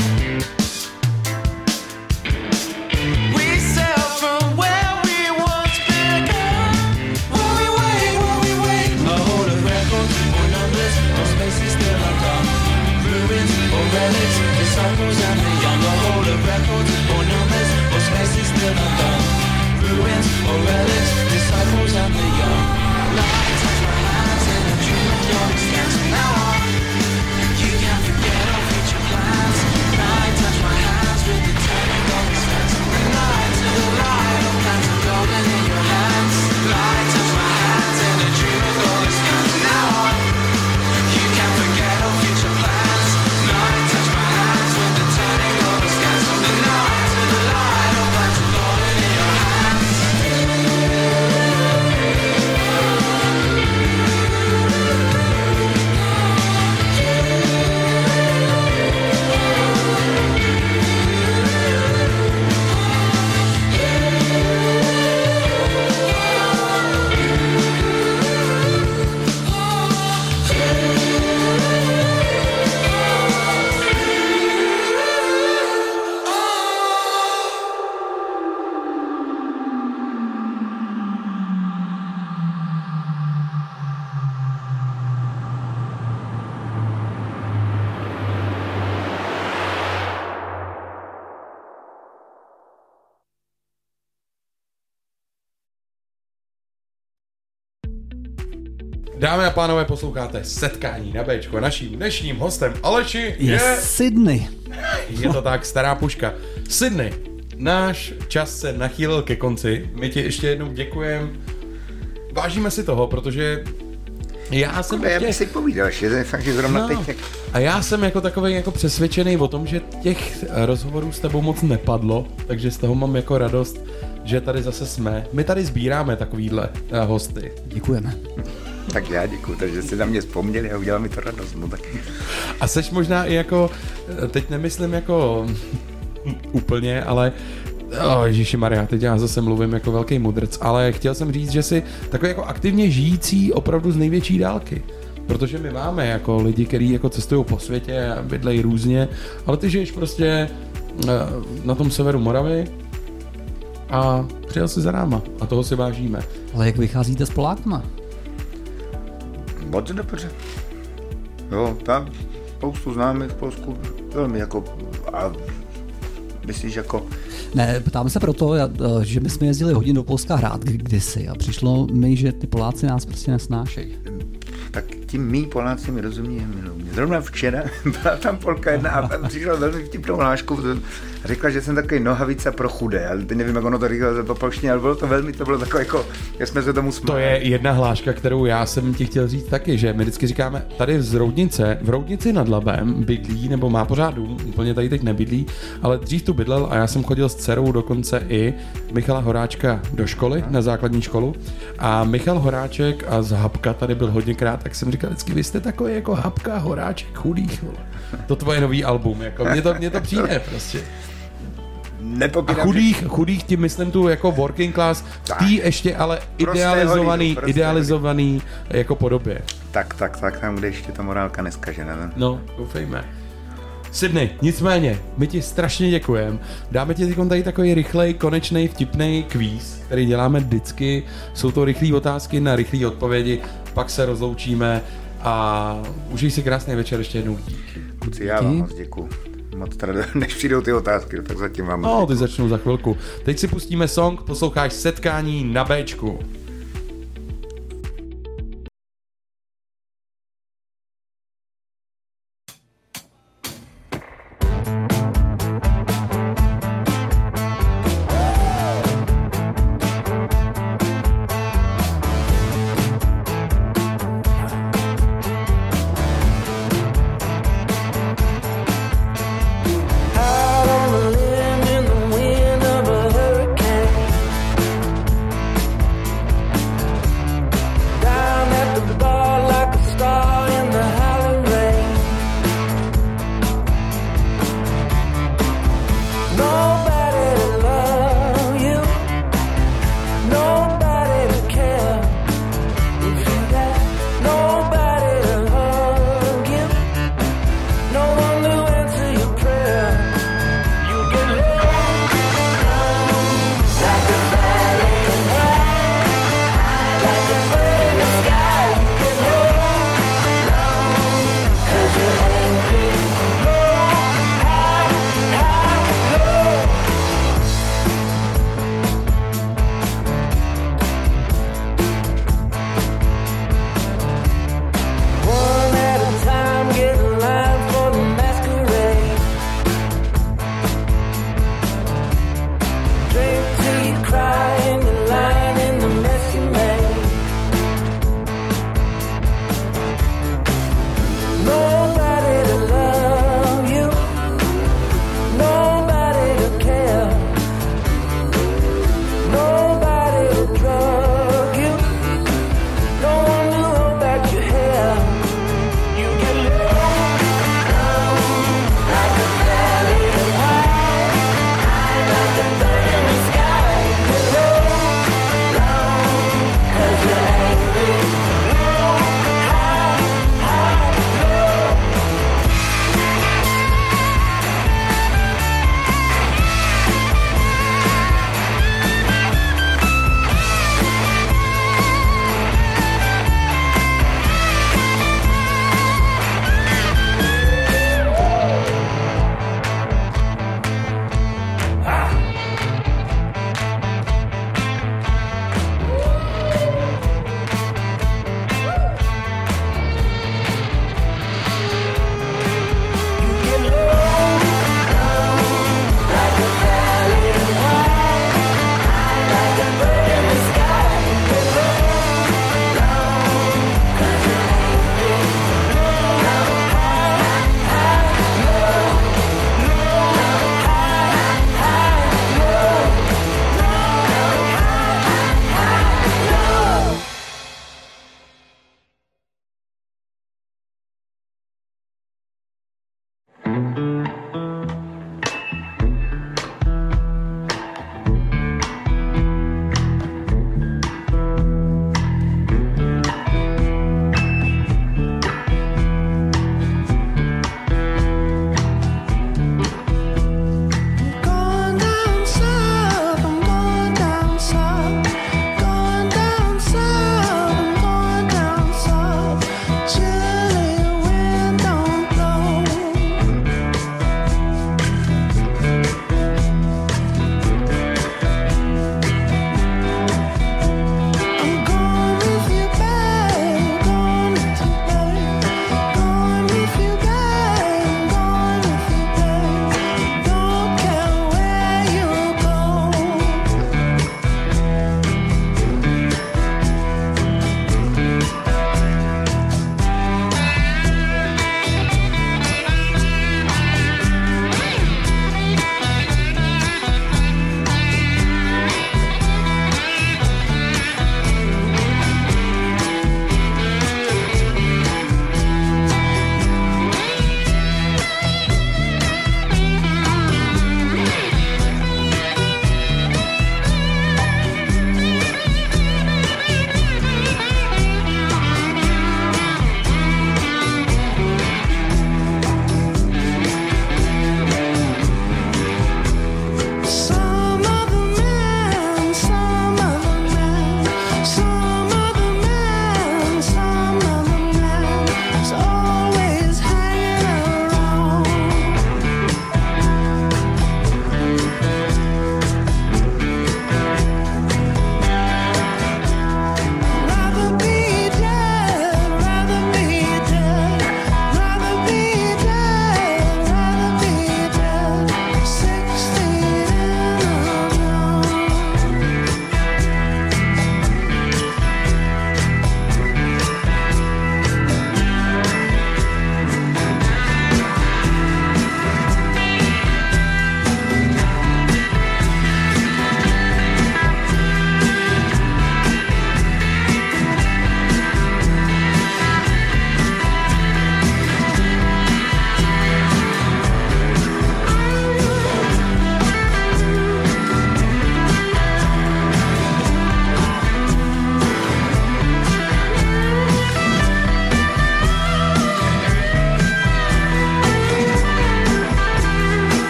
We sail from where we once begun. While we wait, while we wait, a hold of records or numbers or spaces still undone. Ruins or relics, disciples and the young. A hold of records or numbers or spaces still undone. Ruins or relics, disciples and the young. Light touch my hands in a dream of your stance. From now on, you can't forget our future plans. Night touch my hands with the turning golden sands. From the night to the light, all plans are golden in your hands. Light touch my hands in a dream of golden sands. From now on, you can't forget our future plans. Night touch my hands with the turning golden sands. From the night to the light, all plans are golden in your hands. Dámy a pánové, posloucháte Setkání na Béčku. Naším dnešním hostem Aleši je... Je Sydney. Je to tak, stará puška. Sydney, náš čas se nachýlil ke konci. My ti ještě jednou děkujeme. Vážíme si toho, protože já jsem... Já bych si povídal, že fakt, že zrovna no, teď... Jak... A já jsem jako takový jako přesvědčený o tom, že těch rozhovorů s tebou moc nepadlo, takže z toho mám jako radost, že tady zase jsme. My tady sbíráme takovýhle uh, hosty. Děkujeme. Tak já děkuju, takže si na mě vzpomněli a udělal mi to radost. No tak. A seš možná i jako, teď nemyslím jako úplně, ale oh, Ježišimarja, teď já zase mluvím jako velký mudrc, ale chtěl jsem říct, že jsi takový jako aktivně žijící opravdu z největší dálky. Protože my máme jako lidi, kteří jako cestují po světě a bydlejí různě, ale ty žiješ prostě na tom severu Moravy a přijel si za náma a toho si vážíme. Ale jak vycházíte s Polákama? Moc dobře. Jo, tam spoustu známých v Polsku, velmi jako, a myslíš jako... Ne, ptáme se proto, že my jsme jezdili hodně do Polska hrát kdysi a přišlo mi, že ty Poláci nás prostě nesnášejí. Tak tím mý Poláci mi rozumí a milují mě. Zrovna včera byla tam Polka jedna a přišla velmi vtipnou hlášku. Řekla, že jsem takový nohavica pro chudé, ale teď nevím, jak ono to říkalo za polštině, ale bylo to velmi, to bylo takové jako, jak jsme se tomu smáli. To je jedna hláška, kterou já jsem ti chtěl říct taky, že my vždycky říkáme, tady z Roudnice, v Roudnici nad Labem bydlí, nebo má pořád dům, úplně tady teď nebydlí, ale dřív tu bydlel a já jsem chodil s dcerou dokonce i Michala Horáčka do školy, na základní školu a Michal Horáček a z Habka tady byl hodněkrát, tak jsem říkal vždycky, vy jste takový jako Habka, Horáček, chudých, vole. To tvoje nový album, jako mně to, mně to přijde prostě. Nepopírám, a chudých, chudých tím myslím tu jako working class, tý ještě ale idealizovaný, hodinu, idealizovaný jako podobě. Tak, tak, tak, tam, kde ještě ta morálka neskažená. No, doufejme. Sydney, nicméně, my ti strašně děkujeme. Dáme ti tady takový rychlej, konečnej, vtipnej kvíz, který děláme vždycky. Jsou to rychlé otázky na rychlé odpovědi, pak se rozloučíme a užij si krásný večer ještě jednou. Kluci, já vám moc děkuju. Moc teda, než přijdou ty otázky, tak zatím vám No, ty začnou za chvilku. Teď si pustíme song, posloucháš Setkání na Béčku.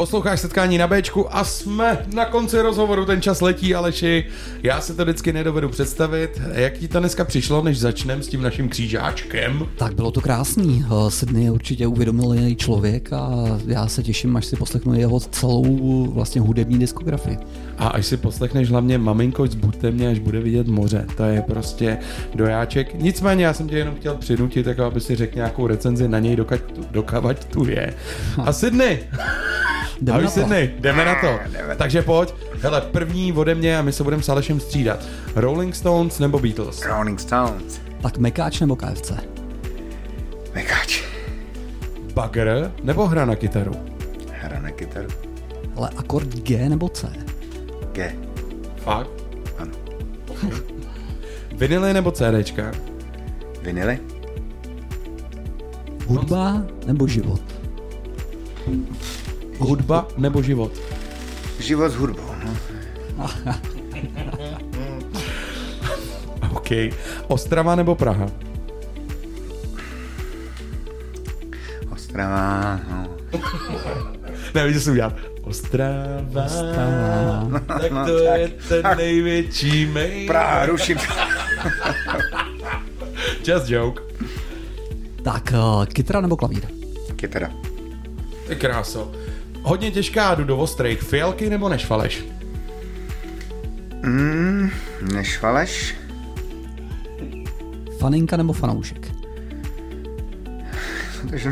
Posloucháš Setkání na Béčku a jsme na konci rozhovoru, ten čas letí, Aleši. Já si to vždycky nedovedu představit. Jak ti to dneska přišlo, než začneme s tím naším křížáčkem? Tak bylo to krásný. Sydney je určitě uvědomilý člověk a já se těším, až si poslechnu jeho celou vlastně hudební diskografii. A až si poslechneš hlavně Maminko, zbuďte mě, až bude vidět moře. To je prostě dojáček. Nicméně já jsem tě jenom chtěl přinutit, jako aby si řekl nějakou recenzi na něj, dokud tu, dokavať tu je. A Sydney! Jdeme Ahoj na to. Sydney, jdeme na to. Takže pojď. Hele, první ode mě a my se budeme s Alešem střídat. Rolling Stones nebo Beatles? Rolling Stones. Tak Mekáč nebo K F C? Mekáč. Bagr nebo hra na kytaru? Hra na kytaru. Ale akord G nebo C? G. Fakt? Ano. Vinily nebo CDčka? Vinily. Hudba nebo život? Hudba nebo život? Život s hudbou, no. OK. Ostrava nebo Praha? Ostrava, no. Ne, víš, co jsem udělat. Ostrava. Ostrava. Tak No, to tak. je ten největší mail. Praha, ruším. Just joke. Tak uh, kytara nebo klavír? Kytara. Ty kráso. Hodně těžká, jdu do ostrých. Fialky nebo nešvaleš? Mm, nešvaleš? Faninka nebo fanoušek? Takže...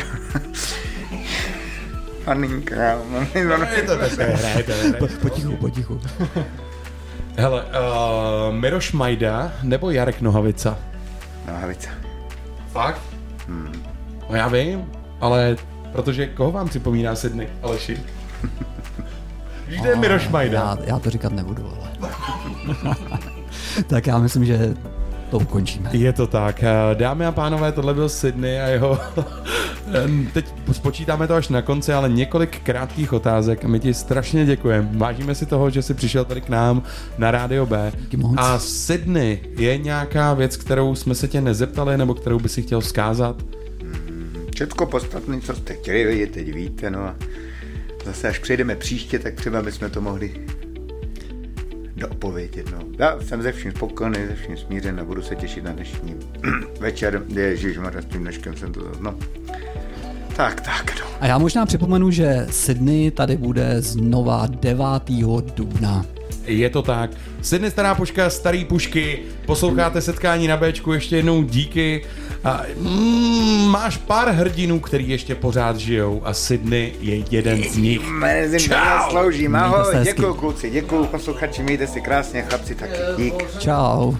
Faninka. Je to dneska hra, je to hra. Potichu, potichu. Hele, uh, Miroš Majda nebo Jarek Nohavica? Nohavica. Fakt? Hmm. No já vím, ale protože koho vám připomíná Sydney, Aleši? Víš, kde je Miroš Majda? Já, já to říkat nebudu, ale... Tak já myslím, že to ukončíme. Je to tak. Dámy a pánové, tohle byl Sydney a jeho... Teď spočítáme to až na konci, ale několik krátkých otázek. My ti strašně děkujeme. Vážíme si toho, že jsi přišel tady k nám na Rádio B. A Sydney, je nějaká věc, kterou jsme se tě nezeptali, nebo kterou by si chtěl vzkázat? Všetko podstatné, co jste chtěli vědět, teď víte, no a zase až přijdeme příště, tak třeba bychom to mohli doopovědět, no. Já jsem ze vším spokojený, ze vším smířen a budu se těšit na dnešní večer. Ježišmarja, s tím dneškem jsem to, no. Tak, tak, no. A já možná připomenu, že Sydney tady bude znova devátého dubna. Je to tak. Sydney Stará puška, starý pušky, posloucháte Setkání na Béčku, ještě jednou díky. A, mm, máš pár hrdinů, který ještě pořád žijou a Sydney je jeden z nich. Mezi mě sloužím, Mějte ahoj, se hezky. děkuju kluci, děkuju posluchači, mějte si krásně, chlapci taky, dík. Čau.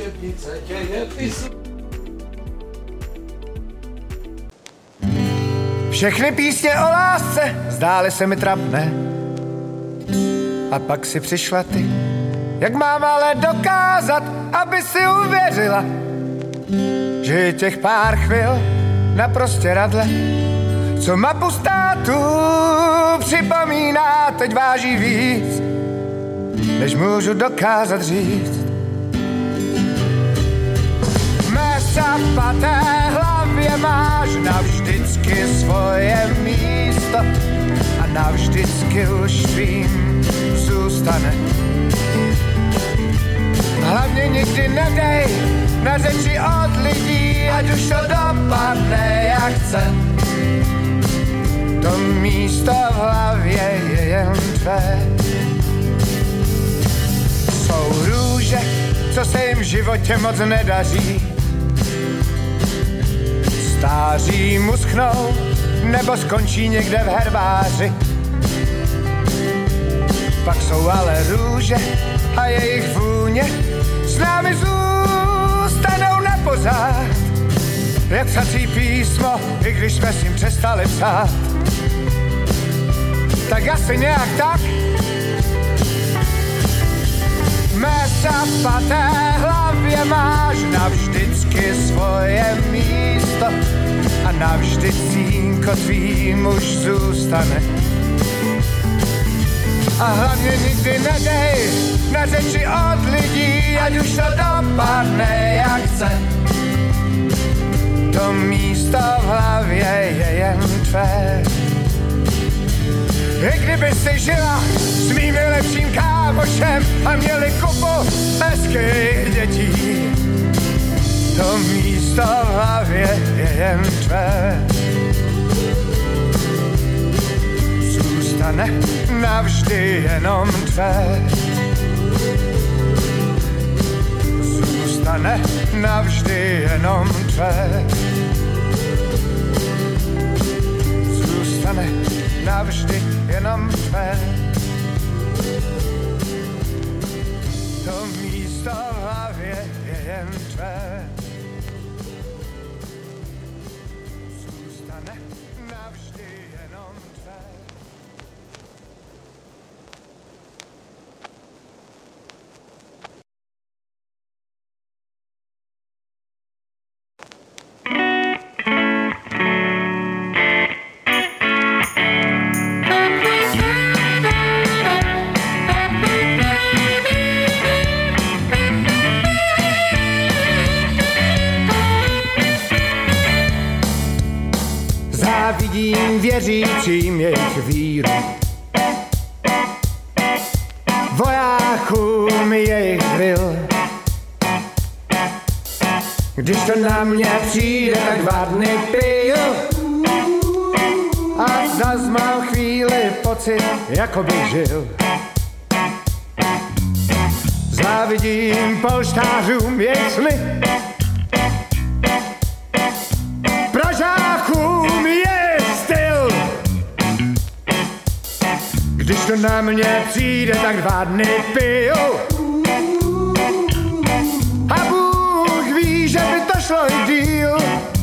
Všechny písně o lásce zdály se mi trapné. A pak si přišla ty, jak mám ale dokázat, aby si uvěřila, že je těch pár chvil na prostěradle, co mapu státu připomíná, teď váží víc, než můžu dokázat říct. V mé sapaté hlavě máš navždycky svoje místo a navždycky už tvým zůstane. Hlavně nikdy nedej na řeči od lidí, ať už to dopadne jak chce. To místo v hlavě je jen tvé. Jsou růže, co se jim v životě moc nedaří. Stáří musknou nebo skončí někde v herbáři. Pak jsou ale růže a jejich vůně s námi zůstanou na pořád. Jak psací písmo, i když jsme s ním přestali psát. Tak asi nějak tak. V mé sapaté hlavě máš navždycky svoje místo a navždy cínko tvým už zůstane. A hlavně nikdy nedej na řeči od lidí, ať už to dopadne jak chce. To místo v hlavě je jen tvé. I kdyby si žila s mým nejlepším kámošem a měli kupu hezkých dětí, to místo v hlavě je jen tvé. Zůstane navždy jenom tvé. Zůstane navždy jenom tvé. Zůstane navždy jenom tvé. To místo v hlavě je jen tvé. Zůstane navždy jenom tvé. Závidím věřícím jejich víru, vojákům jejich vil. Když to na mě přijde, tak dva dny piju a zas mám chvíli pocit, jako bych žil. Závidím polštářům jejich sny, Pražákům je styl. Když to na mě přijde, tak dva dny piju a Bůh ví, že by to šlo i díl.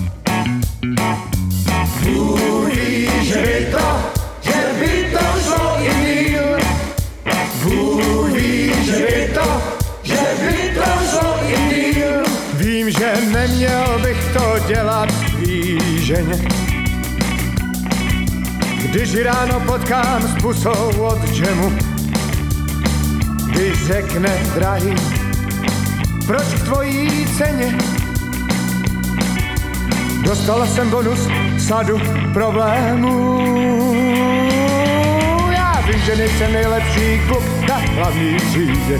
Bůh ví, že by to, že by to šlo i díl. Bůh ví, že by to, že by to šlo i díl. Vím, že neměl bych to dělat svíženě. Když ráno potkám s pusou od džemu, když řekne drahý, proč k tvojí ceně? Dostala jsem bonus sadu problémů. Já vím, že nejsem nejlepší kluk na hlavní třídě,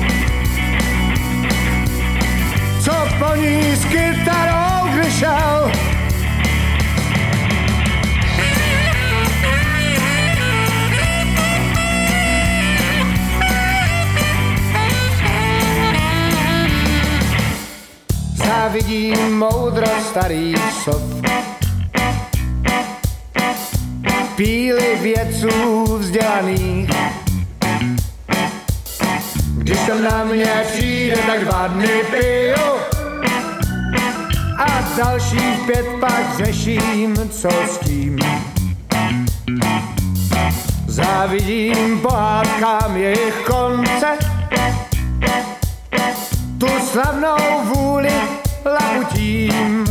co po ní s kytarou vyšel. Závidím moudrost starých sov, píly vědců vzdělaných. Když to na mě přijde, tak dva dny piju a dalších pět pak řeším, co s tím. Závidím pohádkám jejich konce, tu slavnou vůli labutím.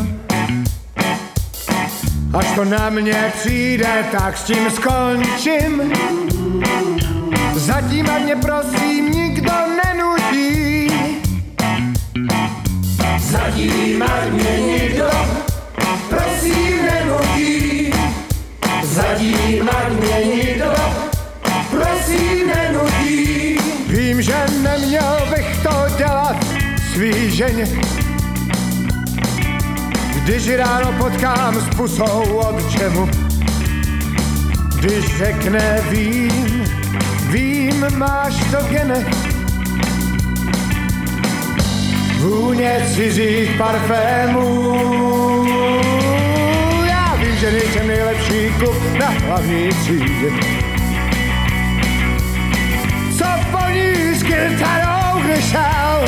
Až to na mě přijde, tak s tím skončím. Zatím ať mě prosím nikdo nenutí. Zatím ať mě nikdo prosím nenutí. Zatím ať mě nikdo prosím nenutí. Vím, že neměl bych to dělat svý ženě. Když ráno potkám s pusou od džemu, když řekne vím, vím, máš to v genech. Vůně cizích parfémů. Já vím, že nejsem nejlepší kluk na hlavní třídě, co po ní s kytarou vyšel.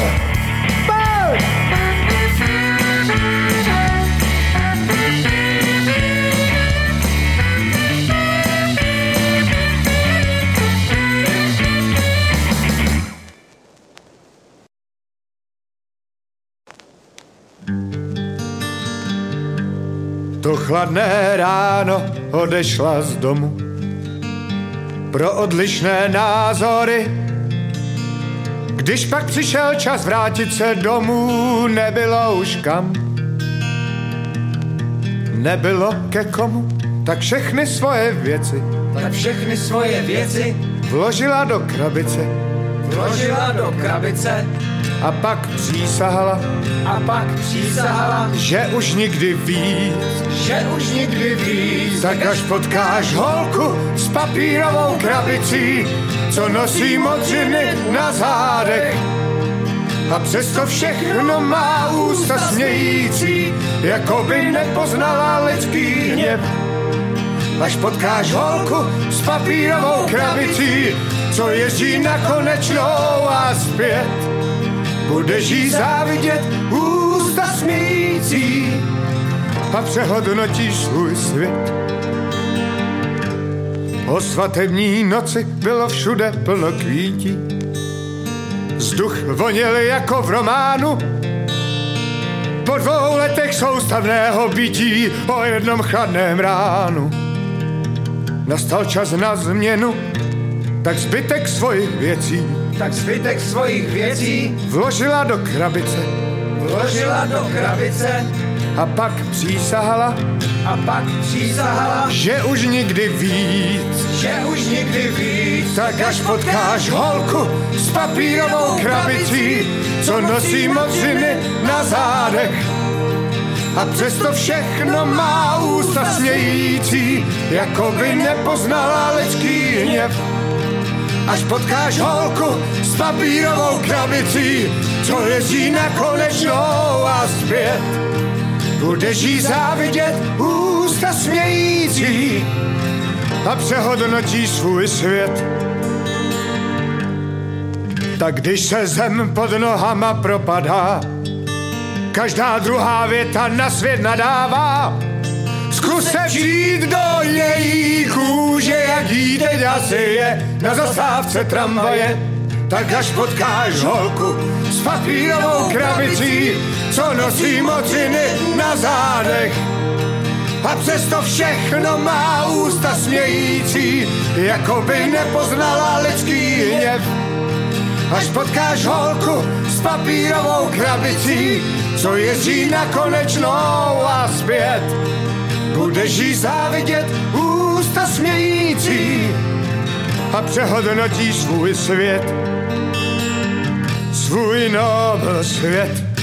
To chladné ráno odešla z domu pro odlišné názory. Když pak přišel čas vrátit se domů, nebylo už kam, nebylo ke komu, tak všechny svoje věci tak všechny svoje věci vložila do krabice vložila do krabice a pak přísahala, a pak přísahala, že už nikdy víc, že už nikdy víc, tak až potkáš holku s papírovou krabicí, co nosí modřiny na zádech. A přesto všechno má ústa smějící, jako by nepoznala lidský hněv. Až potkáš holku s papírovou krabicí, co jezdí na Konečnou a zpět, budeš jí závidět ústa smějící a přehodnotíš svůj svět. O svatební noci bylo všude plno kvítí, vzduch voněl jako v románu. Po dvou letech soustavného bytí o jednom chladném ránu nastal čas na změnu, tak zbytek svojich věcí tak zbytek svojich věcí vložila do krabice vložila do krabice a pak přísahala, a pak přísahala, že už nikdy víc, že už nikdy víc, tak až potkáš holku s papírovou krabicí, co nosí modřiny na zádech. A přesto všechno má ústa smějící, jako by nepoznala lidský hněv. Až potkáš holku s papírovou krabicí, co jezdí na Konečnou a zpět, budeš jí závidět ústa smějící a přehodnotíš svůj svět. Tak když se zem pod nohama propadá, každá druhá věta na svět nadává. Zkus se vžít do její kůže, jak jí teď asi je na zastávce tramvaje. Tak až potkáš holku s papírovou krabicí, co nosí modřiny na zádech. A přesto všechno má ústa smějící, jako by nepoznala lidský hněv. Až potkáš holku s papírovou krabicí, co jezdí na Konečnou a zpět, budeš jí závidět ústa smějící a přehodnotíš svůj svět, svůj nobl svět.